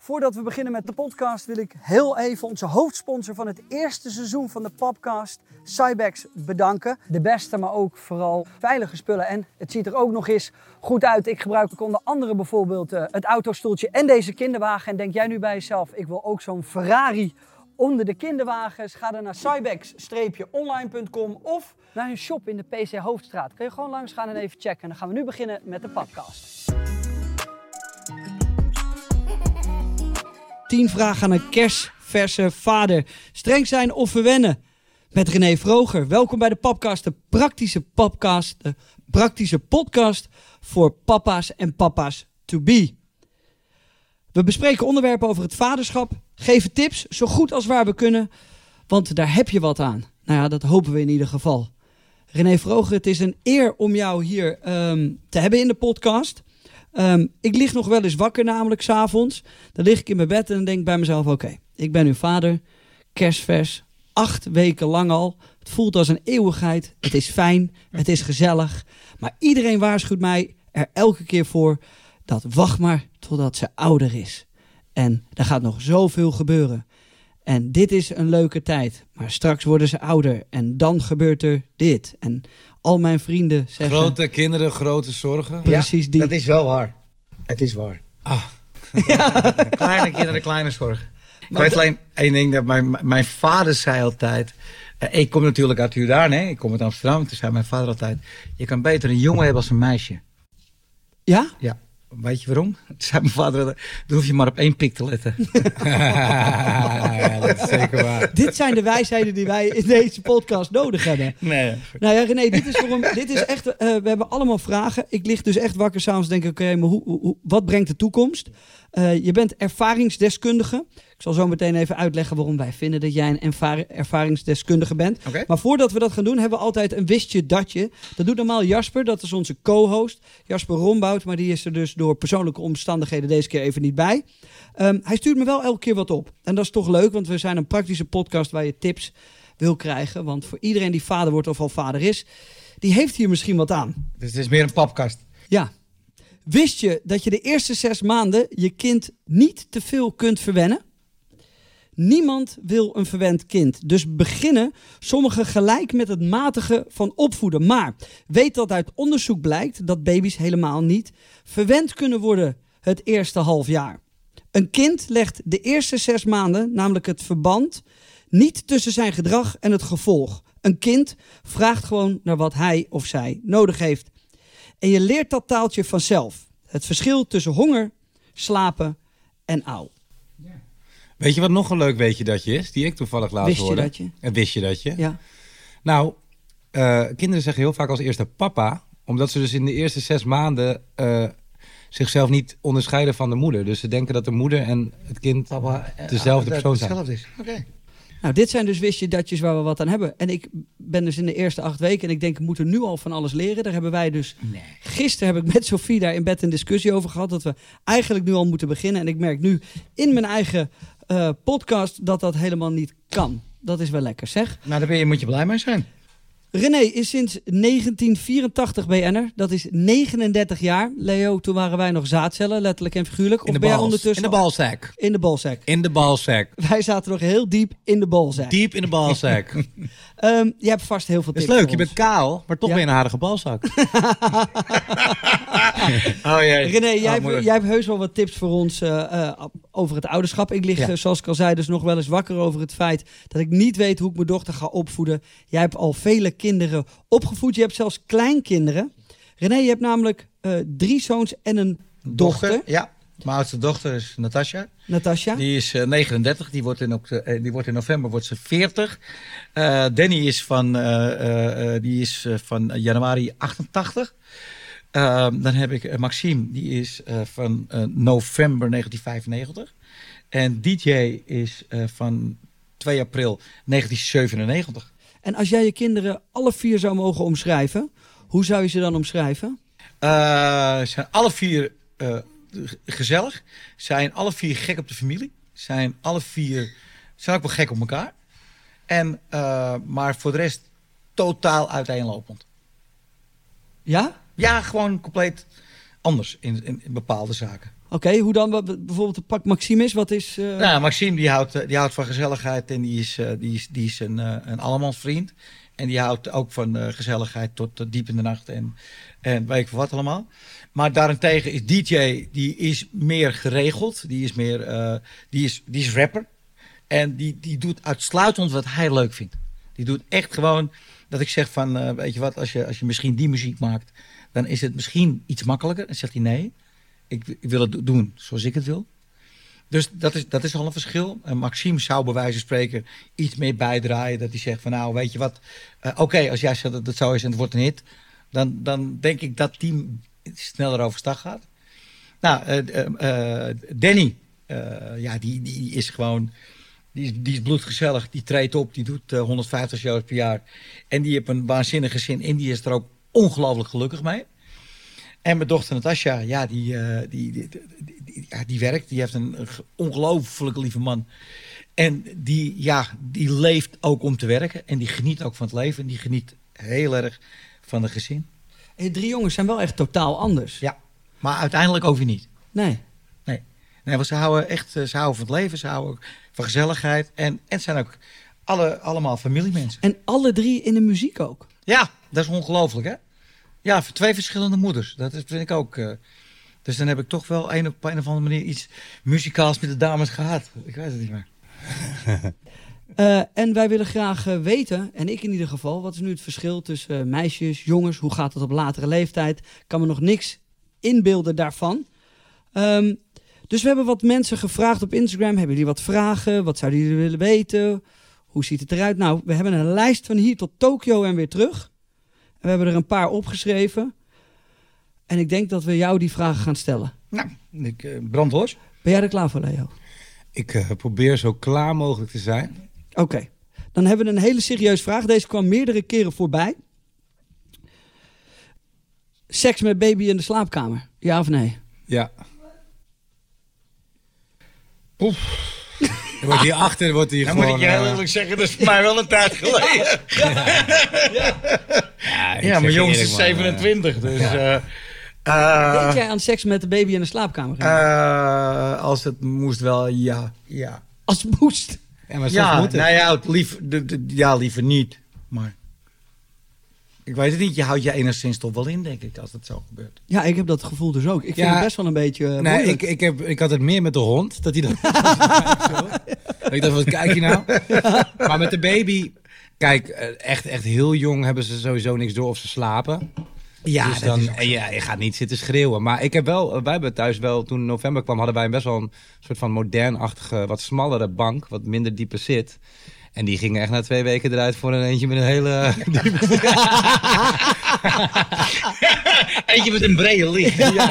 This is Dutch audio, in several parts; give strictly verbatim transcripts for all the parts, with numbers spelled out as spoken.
Voordat we beginnen met de podcast wil ik heel even onze hoofdsponsor van het eerste seizoen van de podcast, Cybex, bedanken. De beste, maar ook vooral veilige spullen. En het ziet er ook nog eens goed uit. Ik gebruik ook onder andere bijvoorbeeld uh, het autostoeltje en deze kinderwagen. En denk jij nu bij jezelf, ik wil ook zo'n Ferrari onder de kinderwagens? Ga dan naar cybex online punt com of naar hun shop in de P C Hoofdstraat. Kun je gewoon langs gaan en even checken. En dan gaan we nu beginnen met de podcast. tien vragen aan een kersverse vader. Streng zijn of verwennen? Met René Vroger. Welkom bij de Papcast, de praktische papcast, de praktische podcast voor papa's en papa's to be. We bespreken onderwerpen over het vaderschap, geven tips zo goed als waar we kunnen, want daar heb je wat aan. Nou ja, dat hopen we in ieder geval. René Vroger, het is een eer om jou hier um, te hebben in de podcast. Um, ik lig nog wel eens wakker, namelijk 's avonds. Dan lig ik in mijn bed en dan denk ik bij mezelf, oké, okay, ik ben nu vader, kerstvers, acht weken lang al. Het voelt als een eeuwigheid, het is fijn, het is gezellig. Maar iedereen waarschuwt mij er elke keer voor dat wacht maar totdat ze ouder is. En er gaat nog zoveel gebeuren. En dit is een leuke tijd, maar straks worden ze ouder en dan gebeurt er dit. En al mijn vrienden zeggen... Grote kinderen, grote zorgen. Precies ja, die. Dat is wel waar. Het is waar. Ah. Ja. Kleine kinderen, kleine zorgen. Ik weet alleen één ding, dat mijn, mijn vader zei altijd... Uh, ik kom natuurlijk uit Jordaan, hè? Ik kom uit Amsterdam. Toen zei mijn vader altijd... Je kan beter een jongen hebben als een meisje. Ja? Ja. Weet je waarom? Toen zei mijn vader... Dan hoef je maar op één pik te letten. Ja, dat is zeker waar. Dit zijn de wijsheden die wij in deze podcast nodig hebben. Nee. Nou ja, René, dit is, voor een, dit is echt... Uh, we hebben allemaal vragen. Ik lig dus echt wakker s'avonds denk ik... Oké, okay, maar hoe, hoe, wat brengt de toekomst? Uh, je bent ervaringsdeskundige. Ik zal zo meteen even uitleggen waarom wij vinden dat jij een ervar- ervaringsdeskundige bent. Okay. Maar voordat we dat gaan doen, hebben we altijd een wistje datje. Dat doet normaal Jasper, dat is onze co-host. Jasper Rombout, maar die is er dus door persoonlijke omstandigheden deze keer even niet bij. Um, hij stuurt me wel elke keer wat op. En dat is toch leuk, want we zijn een praktische podcast waar je tips wil krijgen. Want voor iedereen die vader wordt of al vader is, die heeft hier misschien wat aan. Dus het is meer een papkast. Ja. Wist je dat je de eerste zes maanden je kind niet te veel kunt verwennen? Niemand wil een verwend kind. Dus beginnen sommigen gelijk met het matige van opvoeden. Maar weet dat uit onderzoek blijkt dat baby's helemaal niet verwend kunnen worden het eerste half jaar. Een kind legt de eerste zes maanden, namelijk het verband, niet tussen zijn gedrag en het gevolg. Een kind vraagt gewoon naar wat hij of zij nodig heeft. En je leert dat taaltje vanzelf. Het verschil tussen honger, slapen en auw. Weet je wat nog een leuk weetje datje is? Die ik toevallig laatst hoorde. Wist je dat je? En wist je dat je? Ja. Nou, uh, kinderen zeggen heel vaak als eerste papa. Omdat ze dus in de eerste zes maanden uh, zichzelf niet onderscheiden van de moeder. Dus ze denken dat de moeder en het kind papa, dezelfde uh, persoon zijn. Hetzelfde is. Oké. Okay. Nou, dit zijn dus wist je datjes waar we wat aan hebben. En ik ben dus in de eerste acht weken en ik denk, we moeten nu al van alles leren. Daar hebben wij dus... Nee. Gisteren heb ik met Sophie daar in bed een discussie over gehad, dat we eigenlijk nu al moeten beginnen. En ik merk nu in mijn eigen uh, podcast dat dat helemaal niet kan. Dat is wel lekker, zeg. Nou, daar ben je, moet je blij mee zijn. René is sinds negentien vierentachtig B N'er. Dat is negenendertig jaar. Leo, toen waren wij nog zaadcellen, letterlijk en figuurlijk. In of de ben jij bals. ondertussen... In de balzak. In de balzak. In de balzak. Wij zaten nog heel diep in de balzak. Diep in de balzak. um, je hebt vast heel veel Dat tips is leuk, voor je ons. bent kaal, maar toch Ja. ben je een aardige balzak. Oh jee. René, jij, oh, hebt, moeder. jij hebt heus wel wat tips voor ons uh, uh, over het ouderschap. Ik lig, Ja. uh, zoals ik al zei, dus nog wel eens wakker over het feit dat ik niet weet hoe ik mijn dochter ga opvoeden. Jij hebt al vele kinderen opgevoed. Je hebt zelfs kleinkinderen. René, je hebt namelijk uh, drie zoons en een dochter. dochter. Ja, mijn oudste dochter is Natasja. Natasja. Die is uh, negenendertig, die wordt in, uh, die wordt in november wordt ze veertig. Uh, Danny is van, uh, uh, uh, die is, uh, van januari achtentachtig. Uh, dan heb ik uh, Maxime, die is uh, van uh, november negentien vijfennegentig. En D J is uh, van twee april negentien zevenennegentig. En als jij je kinderen alle vier zou mogen omschrijven, hoe zou je ze dan omschrijven? Uh, zijn alle vier uh, gezellig. Zijn alle vier gek op de familie. Zijn alle vier zijn ook wel gek op elkaar. En, uh, maar voor de rest totaal uiteenlopend. Ja? Ja, gewoon compleet anders in, in, in bepaalde zaken. Oké, hoe dan? Wat- Bijvoorbeeld pak Maximus, wat is... eh, Nou, Maxime die houdt, eh, die houdt van gezelligheid en die is, eh, die is, die is een, eh, een allemansvriend. En die houdt ook van eh, gezelligheid tot, tot diep in de nacht en, en weet ik wat allemaal. Maar daarentegen is D J, die is meer geregeld. Die is, meer, eh, die is, die is rapper. En die, die doet uitsluitend wat hij leuk vindt. Die doet echt gewoon dat ik zeg van, eh, weet je wat, als je, als je misschien die muziek maakt, dan is het misschien iets makkelijker. Dan zegt hij nee, ik, ik wil het do- doen zoals ik het wil. Dus dat is, dat is al een verschil. En Maxime zou bij wijze van spreken iets meer bijdraaien. Dat hij zegt van nou, weet je wat, eh, oké, als jij zegt dat het zo is en het wordt een hit, dan, dan denk ik dat die sneller overstag gaat. Nou, eh, eh, eh, Danny, eh, ja, die, die is gewoon, die is, die is bloedgezellig. Die treedt op, die doet eh, honderdvijftig shows per jaar. En die heeft een waanzinnig gezin en die is er ook ongelooflijk gelukkig mee. En mijn dochter Natasja, ja, die, eh, die, die, die, die- ja, die werkt. Die heeft een, een ongelooflijk lieve man. En die, ja, die leeft ook om te werken. En die geniet ook van het leven. En die geniet heel erg van het gezin. hey, drie jongens zijn wel echt totaal anders. Ja, maar uiteindelijk ook weer niet. Nee. Nee, nee, want ze houden echt eh, ze houden van het leven. Ze houden ook van gezelligheid. En, en het zijn ook alle, allemaal familiemensen. En alle drie in de muziek ook. Ja, dat is ongelooflijk, hè? Ja, voor twee verschillende moeders. Dat is, vind ik ook. eh, dus dan heb ik toch wel een, op een of andere manier iets muzikaals met de dames gehad. Ik weet het niet meer. Eh, en wij willen graag eh, weten, en ik in ieder geval, wat is nu het verschil tussen eh, meisjes, jongens? Hoe gaat het op latere leeftijd? Ik kan me nog niks inbeelden daarvan. Ehm, dus we hebben wat mensen gevraagd op Instagram. Hebben jullie wat vragen? Wat zouden jullie willen weten? Hoe ziet het eruit? Nou, we hebben een lijst van hier tot Tokio en weer terug. En we hebben er een paar opgeschreven. En ik denk dat we jou die vragen gaan stellen. Nou, ik eh, brand los. Ben jij er klaar voor, Leo? Ik eh, probeer zo klaar mogelijk te zijn. Oké, dan hebben we een hele serieuze vraag. Deze kwam meerdere keren voorbij. Seks met baby in de slaapkamer, ja of nee? Ja. Er wordt hier achter, wordt hier Dan gewoon... moet ik je heel eh, eerlijk zeggen, dat is voor mij wel een tijd geleden. ja, ik Ja, zeg mijn je jongste eerlijk, is man, zevenentwintig. Dus eh, eh, Denk jij aan seks met de baby in de slaapkamer? eh, als het moest wel, ja. Ja, Als het moest. eh, Ja, maar soms ja moet het. nou ja, het lief, de, de- ja, liever niet. Maar ik weet het niet, je houdt je enigszins toch wel in, denk ik, als het zo gebeurt. Ja, ik heb dat gevoel dus ook. Ik vind Ja. het best wel een beetje uh, Nee, moeilijk. ik, ik, heb, ik had het meer met de hond. Dat hij dat... Dat ik dacht, wat kijk je nou? Maar met de baby... Kijk, eh, echt, echt heel jong hebben ze sowieso niks door of ze slapen. Ja, dus dat dan, is ook en zo. ja, je gaat niet zitten schreeuwen. Maar ik heb wel, wij hebben thuis wel, toen november kwam, hadden wij een best wel een soort van modern-achtige, wat smallere bank, wat minder diepe zit. En die gingen echt na twee weken eruit voor een eentje met een hele diepe zit. Eentje met een brede licht.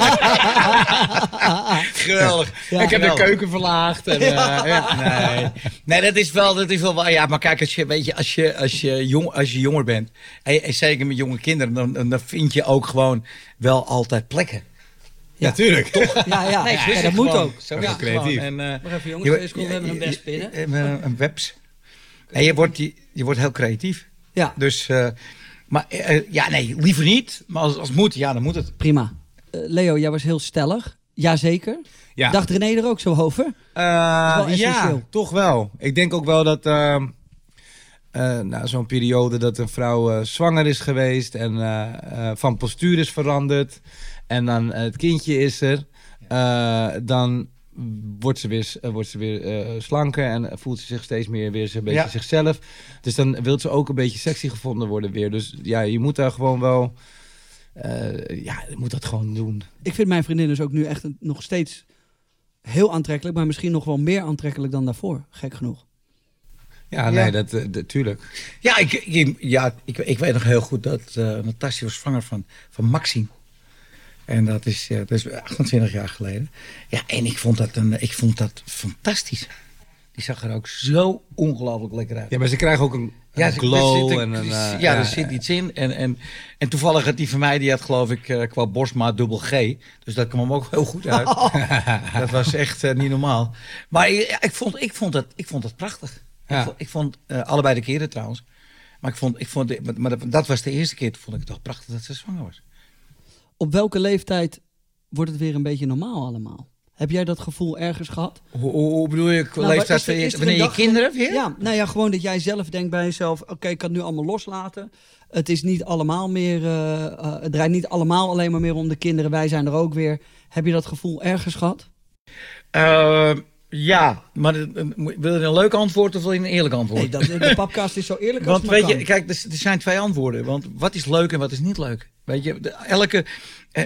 Geweldig. Ja, ik heb Geweldig. de keuken verlaagd. En, eh, ja, nee. nee, dat is wel, dat is wel, waar- ja, maar kijk, als je, weet je, als je, als je, jong, als je jonger bent, en, je- en zeker met jonge kinderen, dan, dan dan vind je ook gewoon wel altijd plekken. Ja, tuurlijk. Toch? Ja, ja, Nee, ja, zo is dat het moet gewoon. ook. Zo Ja, is het creatief. gewoon. En, eh, Maar even jongens, je- twee seconden, we hebben een wesp binnen. je- je- Een webs. En je wordt, je, je wordt heel creatief. Ja, Dus, eh, maar eh, ja, nee, liever niet. Maar als, als het moet, ja, dan moet het. prima. Eh, Leo, jij was heel stellig. Jazeker. Ja. Dacht René er ook zo over? Eh, Dat is wel ja, essentieel. toch wel. Ik denk ook wel dat ehm, eh, nou, zo'n periode dat een vrouw eh, zwanger is geweest en eh, eh, van postuur is veranderd en dan eh, het kindje is er, eh, dan wordt ze weer, eh, wordt ze weer eh, slanker en voelt ze zich steeds meer weer een beetje Ja. zichzelf. Dus dan wil ze ook een beetje sexy gevonden worden weer. Dus ja, je moet daar gewoon wel, eh, ja, je moet dat gewoon doen. Ik vind mijn vriendin dus ook nu echt een- nog steeds heel aantrekkelijk, maar misschien nog wel meer aantrekkelijk dan daarvoor. Gek genoeg. Ja, nee, dat, eh, dat tuurlijk. Ja, ik, ik, ja ik, ik weet nog heel goed dat uh, Natasja was zwanger van, van Maxime. En dat is, uh, dat is achtentwintig jaar geleden. Ja, en ik vond dat, een, ik vond dat fantastisch. Die zag er ook zo ongelooflijk lekker uit. Ja, maar ze krijgen ook een, een ze- glow. er zit en een, ja, eh, ja, er zit iets in. En, en, en toevallig had die van mij, die had geloof ik uh, qua borstmaat dubbel G. Dus dat kwam hem ook heel goed uit. Dat was echt uh, niet normaal. Maar ik, ik, vond, ik, vond, dat, ik vond dat prachtig. Ja. Ik vond, ik vond uh, allebei de keren trouwens. Maar, ik vond, ik vond, maar dat, dat was de eerste keer, toen vond ik het toch prachtig dat ze zwanger was. Op welke leeftijd wordt het weer een beetje normaal allemaal? Heb jij dat gevoel ergens gehad? Hoe, hoe, hoe bedoel je, Nou, leeftijd is er- van je, is er wanneer een je dag- kinderen weer? Ja, nou ja, gewoon dat jij zelf denkt bij jezelf... oké, ik kan het nu allemaal loslaten. Het is niet allemaal meer... eh, eh, het draait niet allemaal alleen maar meer om de kinderen. Wij zijn er ook weer. Heb je dat gevoel ergens gehad? Uh, ja, maar uh, wil je een leuk antwoord of wil je een eerlijk antwoord? Nee, dat, de podcast is zo eerlijk als Want het maar weet je, kan. kijk, er, er zijn twee antwoorden. Want wat is leuk en wat is niet leuk? Weet je, de, elke... Eh,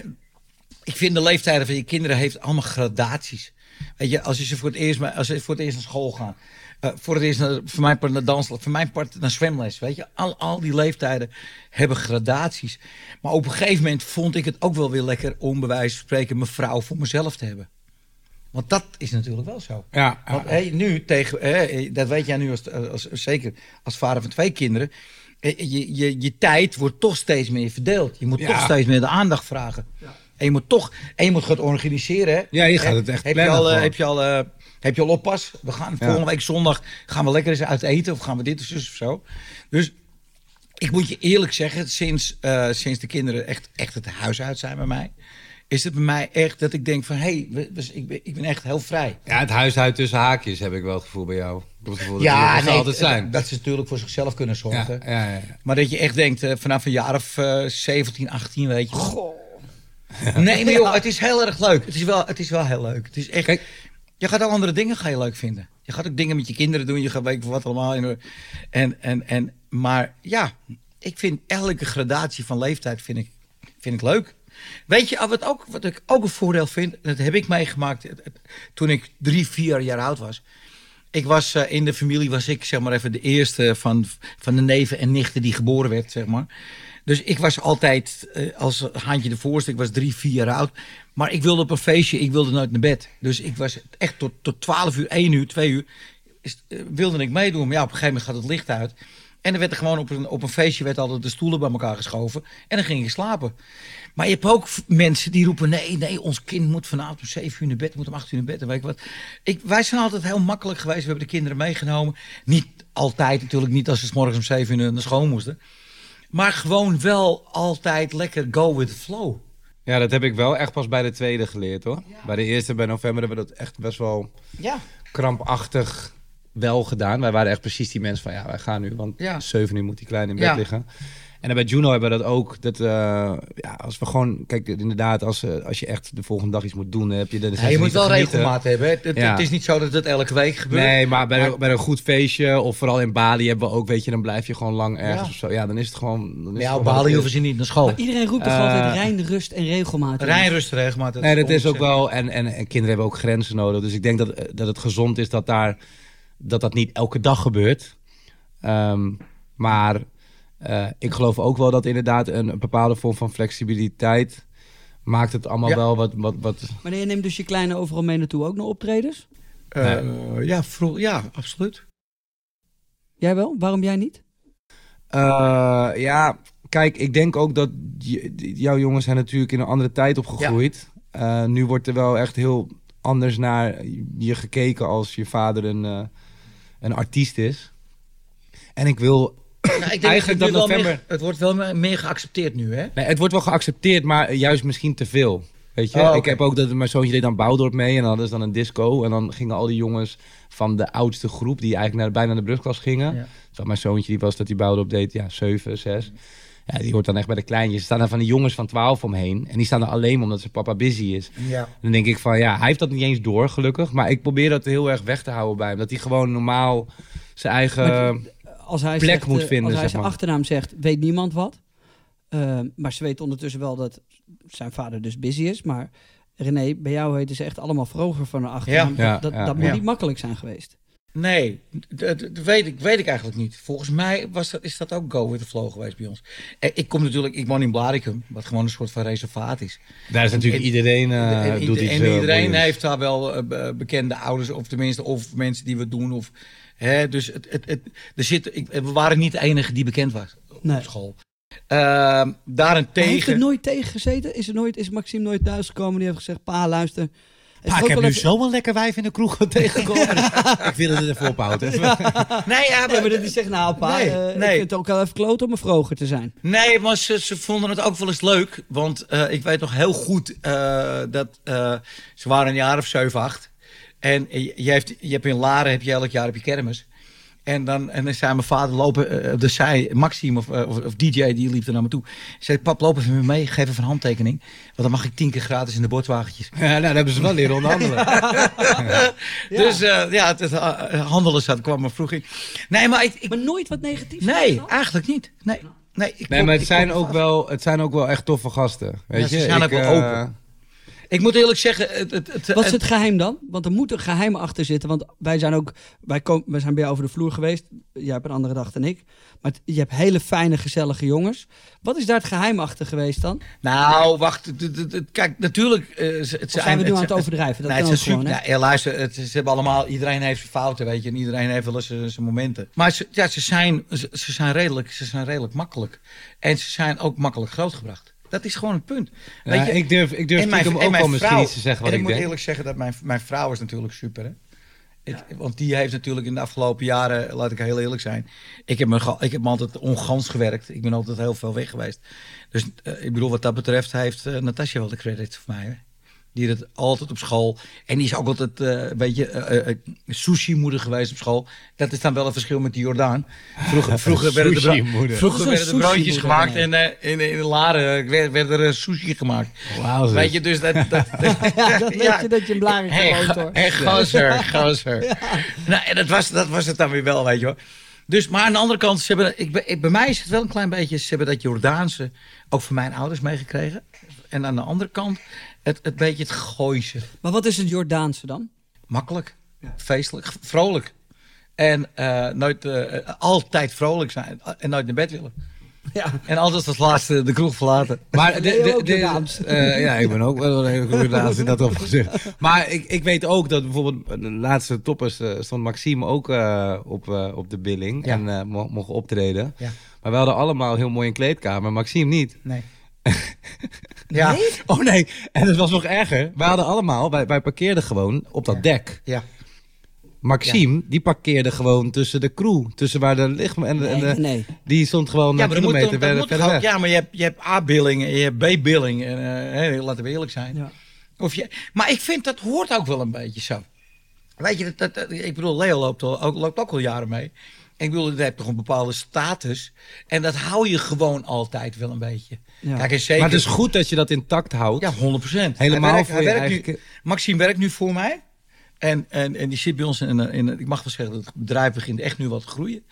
ik vind de leeftijden van je kinderen heeft allemaal gradaties. Weet je, als je ze voor het eerst, als ze voor het eerst naar school gaan... Uh, voor het eerst naar, voor mijn part naar dansles, voor mijn part naar zwemles. Weet je, al, al die leeftijden hebben gradaties. Maar op een gegeven moment vond ik het ook wel weer lekker om bij wijze van spreken mijn vrouw voor mezelf te hebben. Want dat is natuurlijk wel zo. Ja, Want hey, nu tegen, hey, dat weet jij nu als, als, zeker als vader van twee kinderen. Je, je, je tijd wordt toch steeds meer verdeeld. Je moet Ja. toch steeds meer de aandacht vragen. Ja. En je moet toch, en je moet gaan organiseren. Hè? Ja, je gaat het echt heb plannen je al, uh, gewoon. heb je al, uh, heb je al oppas? We gaan Ja. volgende week zondag gaan we lekker eens uit eten of gaan we dit of zus of zo. Dus ik moet je eerlijk zeggen, sinds, uh, sinds de kinderen echt, echt het huis uit zijn bij mij, is het bij mij echt dat ik denk van hé, hey, ik, ben, ik ben echt heel vrij. Ja, het huishouden tussen haakjes heb ik wel het gevoel bij jou. Ik heb het gevoel dat Ja, die er nee, altijd zijn. dat ze natuurlijk voor zichzelf kunnen Ja, zorgen. ja, ja, ja. Maar dat je echt denkt, uh, vanaf een jaar of uh, zeventien, achttien, weet je. Goh. Nee, maar joh, het is heel erg leuk. Het is wel, het is wel heel leuk. Het is echt. Kijk, je gaat ook andere dingen ga je leuk vinden. Je gaat ook dingen met je kinderen doen. Je gaat weten wat allemaal. En, en, en, maar ja, ik vind elke gradatie van leeftijd vind ik, vind ik leuk. Weet je, wat, ook, wat ik ook een voordeel vind, dat heb ik meegemaakt toen ik drie, vier jaar oud was. Ik was uh, in de familie, was ik zeg maar even de eerste van, van de neven en nichten die geboren werd, zeg maar. Dus ik was altijd uh, als haantje de voorste, ik was drie, vier jaar oud. Maar ik wilde op een feestje, ik wilde nooit naar bed. Dus ik was echt tot, tot twaalf uur, één uur, twee uur, is, uh, wilde ik meedoen. Maar ja, op een gegeven moment gaat het licht uit. En dan werd er gewoon op een, op een feestje werd altijd de stoelen bij elkaar geschoven. En dan ging je slapen. Maar je hebt ook mensen die roepen, nee, nee, ons kind moet vanavond om zeven uur naar bed, moet om acht uur naar bed. En weet ik wat. Ik, wij zijn altijd heel makkelijk geweest. We hebben de kinderen meegenomen. Niet altijd, natuurlijk niet als ze 's morgens om zeven uur naar school moesten. Maar gewoon wel altijd lekker go with the flow. ja, dat heb ik wel echt pas bij de tweede geleerd, hoor. Ja. Bij de eerste, bij november, hebben we dat echt best wel Ja. krampachtig wel gedaan. Wij waren echt precies die mensen van, ja, wij gaan nu, want Ja. zeven uur moet die kleine in bed Ja. liggen. En dan bij Juno hebben we dat ook. Dat, uh, ja, als we gewoon, kijk, inderdaad, als, uh, als je echt de volgende dag iets moet doen, dan heb je de. Ja, je moet wel regelmaat hebben. Hè? Het, Ja. het is niet zo dat het elke week gebeurt. Nee, maar bij, Maar- Een, bij een goed feestje, of vooral in Bali hebben we ook, weet je, dan blijf je gewoon lang ergens Ja. of zo. Ja, dan is het gewoon. Dan is Ja, het op gewoon Bali wat hoeven ze niet naar school. Maar iedereen roept toch Uh, altijd rein, rust en regelmaat. Rijn rust regelmaat. Nee, dat is ook wel. En, en, en kinderen hebben ook grenzen nodig. Dus ik denk dat, dat het gezond is dat daar, dat, dat niet elke dag gebeurt. Um, maar uh, ik geloof ook wel dat inderdaad een, een bepaalde vorm van flexibiliteit maakt het allemaal Ja. wel wat, wat, wat. Maar je neemt dus je kleine overal mee naartoe, ook naar optredens? Uh, ja, vroeg, ja, absoluut. Jij wel? Waarom jij niet? Uh, ja, kijk, ik denk ook dat j- jouw jongens zijn natuurlijk in een andere tijd opgegroeid. Ja. Uh, nu wordt er wel echt heel anders naar je gekeken als je vader een, uh, een artiest is. En ik wil Nou, ik denk eigenlijk dat dat november. Meer, het wordt wel meer, meer geaccepteerd nu, hè? Nee, het wordt wel geaccepteerd, maar juist misschien te veel. Weet je, Oh, okay. ik heb ook dat mijn zoontje deed dan Bouwdorp mee en dan hadden ze dan een disco en dan gingen al die jongens van de oudste groep die eigenlijk naar, bijna naar de brugklas gingen. Ja. Dus mijn zoontje die was dat hij Bouwdorp deed, ja, zeven, zes. Ja, die hoort dan echt bij de kleintjes. Er staan er van die jongens van twaalf omheen en die staan er alleen maar omdat zijn papa busy is. Ja. Dan denk ik van ja, hij heeft dat niet eens door gelukkig, maar ik probeer dat heel erg weg te houden bij hem. Dat hij gewoon normaal zijn eigen Maar als hij plek zegt, moet uh, vinden. Als hij zeg zijn maar. achternaam zegt, weet niemand wat. Uh, maar ze weten ondertussen wel dat zijn vader dus busy is. Maar René, bij jou heten ze echt allemaal vroeger van een achternaam. Ja, dat dat, ja, dat moet ja. niet makkelijk zijn geweest. Nee, dat, dat weet, ik, weet ik eigenlijk niet. Volgens mij was dat, is dat ook go with the flow geweest bij ons. En ik kom natuurlijk, ik woon in Blaricum, wat gewoon een soort van reservaat is. Daar is natuurlijk En- iedereen uh, en, doet iets en uh, iedereen boeiends. heeft daar wel uh, be- bekende ouders, of tenminste, of mensen die we doen. Of, hè, dus het, het, het, er zit, ik, we waren niet de enige die bekend was op Nee. school. Uh, daarentegen... Hij heeft er nooit tegen gezeten? Is, er nooit, is Maxime nooit thuisgekomen die heeft gezegd, pa luister, is Pa, ook ik heb wel nu even- zo'n lekker wijf in de kroeg tegengekomen. Ik wil het even ophouden. Nee, ja, Nee, maar dat is echt, nou pa, Nee, eh, ik nee. vind het ook wel even kloot om een vroger te zijn. Nee, maar ze, ze vonden het ook wel eens leuk. Want eh, ik weet nog heel goed uh, dat uh, ze waren een jaar of zeven, acht. En je, je, heeft, je hebt in Laren heb je elk jaar heb je kermis. En dan, en dan zei mijn vader lopen, uh, dus zei Maxime of, uh, of, of D J, die liep er naar me toe. Zei, pap, loop even met me mee, geef even een handtekening. Want dan mag ik tien keer gratis in de bordwagentjes. Ja, nou, dat hebben ze wel leren onderhandelen. Ja. Dus uh, ja, het, het uh, handelen zat, kwam me vroeg in. Nee, maar ik... ik Maar nooit wat negatiefs? nee, gedaan? eigenlijk niet. Nee, nee, ik Nee, kom- maar het ik zijn, kom ook vast. wel, het zijn ook wel echt toffe gasten. Weet Ja, ze je? zijn ook wel eh, open. Ik moet eerlijk zeggen... Het, het, het, Wat is het geheim dan? Want er moet een geheim achter zitten. Want wij zijn ook, wij, komen, wij zijn bij jou over de vloer geweest. Jij hebt een andere dag dan ik. Maar het- je hebt hele fijne, gezellige jongens. Wat is daar het geheim achter geweest dan? Nou, wacht. het- het- het- het- Kijk, natuurlijk... eh, ze- het Of zijn we nu het- aan het overdrijven? Dat Nee, kan het ook zijn gewoon, super, hè? ja, luister, het, ze hebben allemaal, iedereen heeft zijn fouten, weet je. En iedereen heeft wel eens zijn zijn momenten. Maar ze, ja, ze, zijn, ze, ze zijn redelijk, ze zijn redelijk makkelijk. En ze zijn ook makkelijk grootgebracht. Dat is gewoon het punt. Ja, Weet je, ik durf, ik durf en mijn- stiekem en ook mijn wel misschien vrouw- iets te zeggen wat en ik ik moet denk. eerlijk zeggen dat mijn, mijn vrouw is natuurlijk super, hè. Ik, want die heeft natuurlijk in de afgelopen jaren, laat ik heel eerlijk zijn. Ik heb me, ge- ik heb me altijd ongans gewerkt. Ik ben altijd heel veel weg geweest. Dus uh, ik bedoel, wat dat betreft heeft uh, Natasja wel de credit voor mij. Hè? Die het altijd op school. En die is ook altijd uh, een beetje uh, uh, sushi-moeder geweest op school. Dat is dan wel een verschil met die Jordaan. Vroeger, vroeger werden de, bro- Sushi-moeder. vroeger Dat is werden een de broodjes sushi-moeder, gemaakt. En uh, in, in de Laren werd, werd er uh, sushi gemaakt. Wauw, zeg. Weet je, dus dat... dat, dat Ja, dat weet je dat je een blaring Hey, gewoond go- hoor. hey, gozer, gozer. Nou, en dat, was, dat was het dan weer wel, weet je wel. Dus, maar aan de andere kant, ze hebben, ik, ben- ik, bij mij is het wel een klein beetje... Ze hebben dat Jordaanse ook van mijn ouders meegekregen. En aan de andere kant, het, het beetje het Gooise. Maar wat is het Jordaanse dan? Makkelijk, feestelijk, vrolijk. En uh, nooit, uh, altijd vrolijk zijn en nooit naar bed willen. Ja. En altijd als laatste de kroeg verlaten. Maar de, Ben je de, ook de- Jordaans? eh, ja, ik ben ook wel een hele goede Jordaans in dat opzicht. Maar ik, ik weet ook dat bijvoorbeeld de laatste toppers uh, stond Maxime ook uh, op, uh, op de billing Ja. en uh, mo- mocht optreden. Ja. Maar we hadden allemaal heel mooi een kleedkamer, Maxime niet. Nee. Ja. Nee? Oh nee, en het was nog erger. Wij hadden allemaal, wij, wij parkeerden gewoon op dat Ja. dek. Ja. Maxime, die parkeerde gewoon tussen de crew, tussen waar de lichaam en de, en Nee, de nee. die stond gewoon Ja, een maar dat moet, kilometer dan, dat verder, moet verder gewoon- weg. ja, maar je hebt, je hebt A-billing en je hebt B-billing. En, uh, hey, laten we eerlijk zijn. Ja. Of je, maar ik vind dat hoort ook wel een beetje zo. Weet je, dat, dat, dat- ik bedoel, Leo loopt, al, ook, loopt ook al jaren mee. En ik bedoel, dat heeft toch een bepaalde status. En dat hou je gewoon altijd wel een beetje. Ja. Kijk, en zeker... Maar het is goed dat je dat intact houdt. Ja, honderd procent. Helemaal hij werkt, voor hij je werkt eigen nu, ki- Maxime werkt nu voor mij. En, en, en die zit bij ons in, een- in, een- ik mag wel zeggen dat het bedrijf begint echt nu wat te groeien.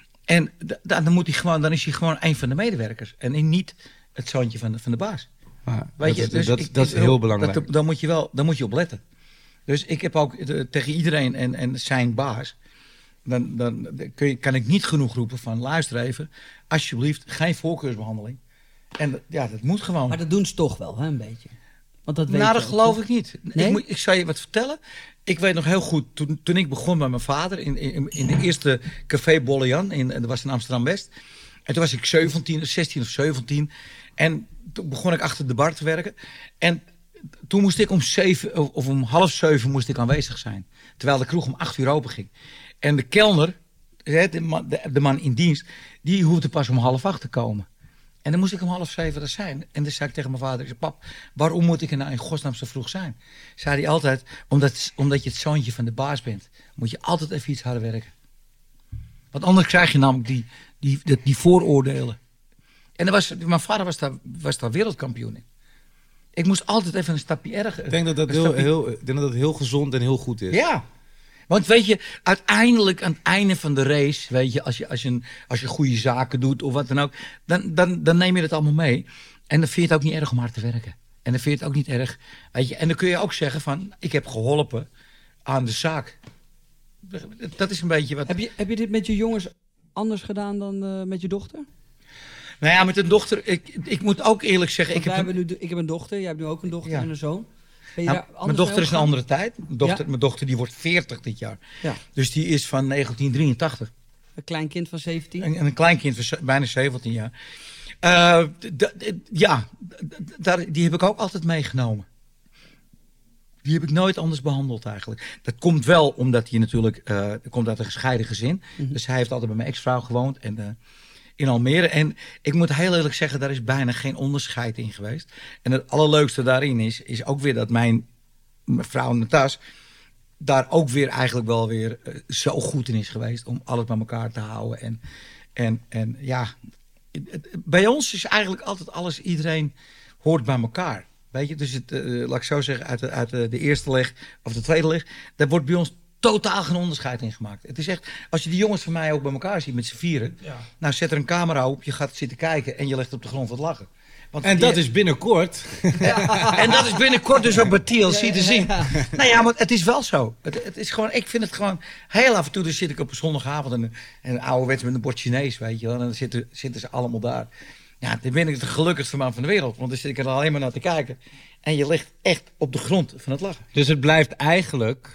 En da- da- dan, moet hij gewoon, dan is hij gewoon een van de medewerkers. En niet het zoontje van de, van de baas. Maar Weet dat, je, is- dus dat, ik- dat is ik- heel belangrijk. Dat, dan, moet je wel, dan moet je op letten. Dus ik heb ook eh, tegen iedereen en, en zijn baas... Dan, dan kun je, kan ik niet genoeg roepen van... luister even, alsjeblieft, geen voorkeursbehandeling. En dat- ja, dat moet gewoon. Maar dat doen ze toch wel, hè, een beetje. Want dat weet Nou, je dat ook, geloof toch? ik niet. Nee? Ik, moet, ik zal je wat vertellen. Ik weet nog heel goed, toen, toen ik begon met mijn vader... in, in, in de eerste Café Bollejan, in, dat was in Amsterdam-West... en toen was ik zeventien, zestien of zeventien... en toen begon ik achter de bar te werken... en toen moest ik om zeven of, of om half zeven moest ik aanwezig zijn... terwijl de kroeg om acht uur open ging. En de kelner, hè, de man, de, de man in dienst... die hoefde pas om half acht te komen... En dan moest ik om half zeven er zijn. En dan zei ik tegen mijn vader, ik zei, pap, waarom moet ik er nou in godsnaam zo vroeg zijn? Zei hij altijd, omdat, omdat je het zoontje van de baas bent, moet je altijd even iets harder werken. Want anders krijg je namelijk die, die, die, die vooroordelen. En er was, mijn vader was daar, was daar wereldkampioen in. Ik moest altijd even een stapje erger. Ik denk dat dat, een heel, stapje- heel, ik denk dat dat heel gezond en heel goed is. Ja. Want weet je, uiteindelijk aan het einde van de race, weet je, als je, als je, een, als je goede zaken doet of wat dan ook, dan, dan, dan neem je het allemaal mee. En dan vind je het ook niet erg om hard te werken. En dan vind je het ook niet erg, weet je. En dan kun je ook zeggen van, ik heb geholpen aan de zaak. Dat is een beetje wat... Heb je, heb je dit met je jongens anders gedaan dan eh, met je dochter? Nou ja, met een dochter, ik, ik moet ook eerlijk zeggen, Want ik wij heb... hebben nu, ik heb een dochter, jij hebt nu ook een dochter Ja. en een zoon. Ben je Nou, daar anders mijn dochter mee is een omgegaan? andere tijd. Mijn dochter, Ja. mijn dochter die wordt veertig dit jaar. Ja, Dus die is van negentien drieëntachtig. een klein kind van zeventien. En, en een kleinkind van ze- bijna zeventien jaar. Eh, d- d- d- ja, d- d- daar, die heb ik ook altijd meegenomen. Die heb ik nooit anders behandeld eigenlijk. Dat komt wel omdat hij natuurlijk... Uh, komt uit een gescheiden gezin. Mm-hmm. Dus hij heeft altijd bij mijn ex-vrouw gewoond. En, uh, in Almere. En ik moet heel eerlijk zeggen, daar is bijna geen onderscheid in geweest. En het allerleukste daarin is, is ook weer dat mijn, mijn vrouw Natas daar ook weer eigenlijk wel weer uh, zo goed in is geweest om alles bij elkaar te houden. En, en, en ja, bij ons is eigenlijk altijd alles, iedereen hoort bij elkaar. Weet je, dus het, uh, laat ik zo zeggen, uit, de, uit de, de eerste leg of de tweede leg, daar wordt bij ons totaal geen onderscheid in gemaakt. Het is echt, als je die jongens van mij ook bij elkaar ziet met z'n vieren, ja. Nou zet er een camera op, je gaat zitten kijken en je legt op de grond wat lachen. Want en dat je... is binnenkort. Ja, en dat is binnenkort dus ook bij T L C ja, te zien. Ja, ja. Nou ja, maar het is wel zo. Het, het is gewoon, ik vind het gewoon heel af en toe. Dan zit ik op een zondagavond en, en een ouderwets met een bord Chinees, weet je wel. En dan zitten, zitten ze allemaal daar. Ja, dan ben ik de gelukkigste man van de wereld. Want dan zit ik er alleen maar naar te kijken. En je ligt echt op de grond van het lachen. Dus het blijft eigenlijk,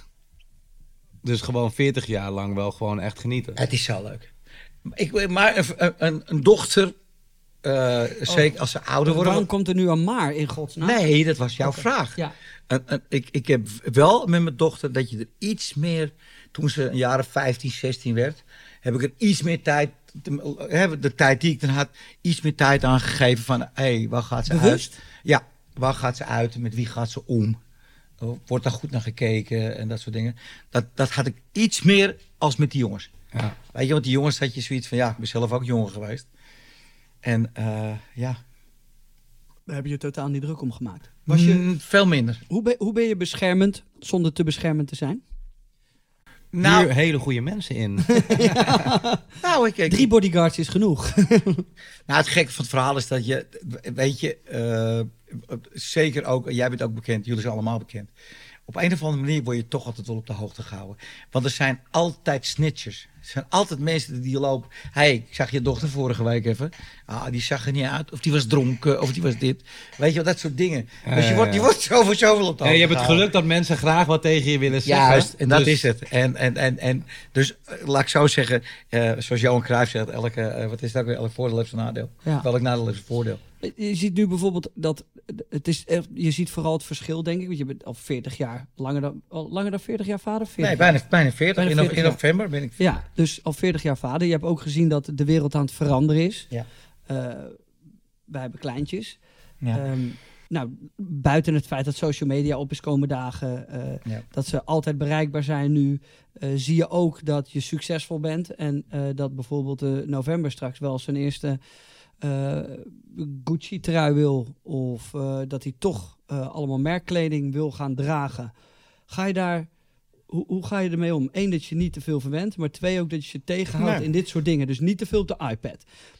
dus gewoon veertig jaar lang wel gewoon echt genieten. Het is zo leuk. Ik, maar een, een, een dochter... Uh, zeker oh, als ze ouder worden. Waarom komt er nu een maar in godsnaam? Nee, dat was jouw okay. vraag. Ja. En, en, ik, ik heb wel met mijn dochter dat je er iets meer... Toen ze een jaar of vijftien, zestien werd... heb ik er iets meer tijd... Te, de tijd die ik dan had... iets meer tijd aan gegeven van... hé, hey, waar gaat ze Bewust? uit? Ja, waar gaat ze uit? Met wie gaat ze om? Wordt daar goed naar gekeken? En dat soort dingen. Dat, dat had ik iets meer als met die jongens. Ja. Weet je, want die jongens had je zoiets van... ja, ik ben zelf ook jonger geweest. En uh, ja. Daar heb je totaal niet druk om gemaakt. Was je, mm, veel minder. Hoe ben, hoe ben je beschermend zonder te beschermend te zijn? Nou, hier hele goede mensen in. ja. nou, ik, ik, Drie bodyguards is genoeg. nou, het gekke van het verhaal is dat je, weet je, uh, zeker ook, jij bent ook bekend, jullie zijn allemaal bekend. Op een of andere manier word je toch altijd wel op de hoogte gehouden. Want er zijn altijd snitchers. Er zijn altijd mensen die lopen. Hé, hey, ik zag je dochter vorige week even. Ah, die zag er niet uit. Of die was dronken. Of die was dit. Weet je wel, dat soort dingen. Uh, dus je wordt, je wordt zoveel, zoveel op de hoogte ja, Je hebt het gehouden. geluk dat mensen graag wat tegen je willen zeggen. Juist, en dat dus... is het. En, en, en, en, dus laat ik zo zeggen. Uh, zoals Johan Cruijff zegt. Elke, uh, wat is dat weer? Elk voordeel heeft zijn nadeel. Ja. Welk nadeel heeft zijn voordeel. Je ziet nu bijvoorbeeld dat het is, je ziet vooral het verschil, denk ik. Want je bent al veertig jaar, langer dan, al langer dan veertig jaar vader? veertig nee, bijna, bijna veertig. Bijna veertig in, in november ben ik veertig. Ja, dus al veertig jaar vader. Je hebt ook gezien dat de wereld aan het veranderen is. Ja. Uh, wij hebben kleintjes. Ja. Um, nou, buiten het feit dat social media op is komen dagen, uh, ja. dat ze altijd bereikbaar zijn nu, uh, zie je ook dat je succesvol bent. En uh, dat bijvoorbeeld uh, november straks wel zijn eerste... Uh, Gucci-trui wil of uh, dat hij toch uh, allemaal merkkleding wil gaan dragen. Ga je daar, hoe, hoe ga je ermee om? Eén, dat je niet te veel verwendt, maar twee, ook dat je je tegenhoudt nee. in dit soort dingen. Dus niet te veel op de iPad.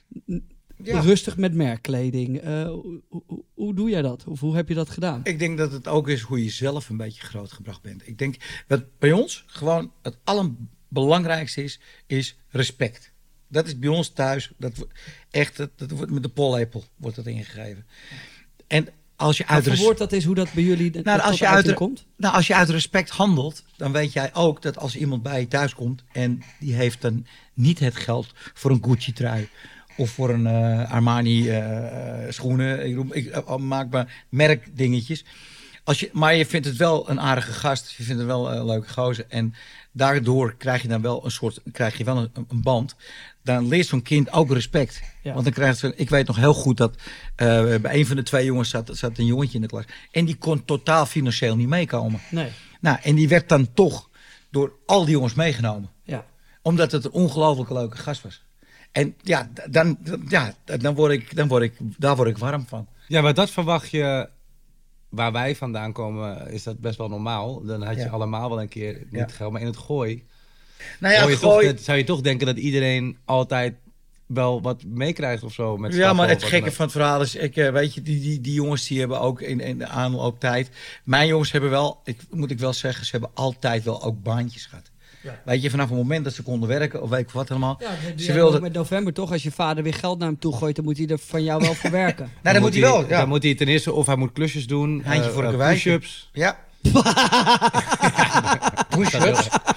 Ja. Rustig met merkkleding. Uh, hoe, hoe, hoe doe jij dat? Of hoe heb je dat gedaan? Ik denk dat het ook is hoe je zelf een beetje grootgebracht bent. Ik denk dat bij ons gewoon het allerbelangrijkste is, is respect. Dat is bij ons thuis. Dat echt, dat, dat wordt met de pollepel wordt dat ingegeven. En als je uit Wat voor woord dat is hoe dat bij jullie de, nou, als je uit komt? Nou, als je uit respect handelt, dan weet jij ook dat als iemand bij je thuis komt en die heeft dan niet het geld voor een Gucci trui of voor een uh, Armani uh, schoenen. Ik, ik uh, maak maar merkdingetjes. Als je, maar je vindt het wel een aardige gast. Je vindt het wel een leuke gozer. En daardoor krijg je dan wel een soort, krijg je wel een, een band. Dan leert zo'n kind ook respect. Ja. Want dan krijgt ze, ik weet nog heel goed dat uh, bij een van de twee jongens zat, zat een jongetje in de klas. En die kon totaal financieel niet meekomen. Nee. Nou, en die werd dan toch door al die jongens meegenomen. Ja. Omdat het een ongelooflijk leuke gast was. En ja, dan, ja dan word ik, dan word ik, daar word ik warm van. Ja, maar dat verwacht je. Waar wij vandaan komen is dat best wel normaal. Dan had je ja. allemaal wel een keer niet ja. geld. Maar in het gooi, nou ja, je gooi... toch, zou je toch denken dat iedereen altijd wel wat meekrijgt of zo. Met ja, maar het gekke van het verhaal is, ik, weet je, die, die, die jongens die hebben ook in, in de aanlooptijd. Mijn jongens hebben wel, ik, moet ik wel zeggen, ze hebben altijd wel ook baantjes gehad. Ja. Weet je, vanaf het moment dat ze konden werken, of weet ik wat allemaal. Ja, ze wilden... met november toch, als je vader weer geld naar hem toe gooit, dan moet hij er van jou wel voor werken. nou, dan, dan moet hij wel. Ja. Dan moet hij ten eerste, of hij moet klusjes doen. Handje uh, voor de uh, push-ups. Ja. Push-ups.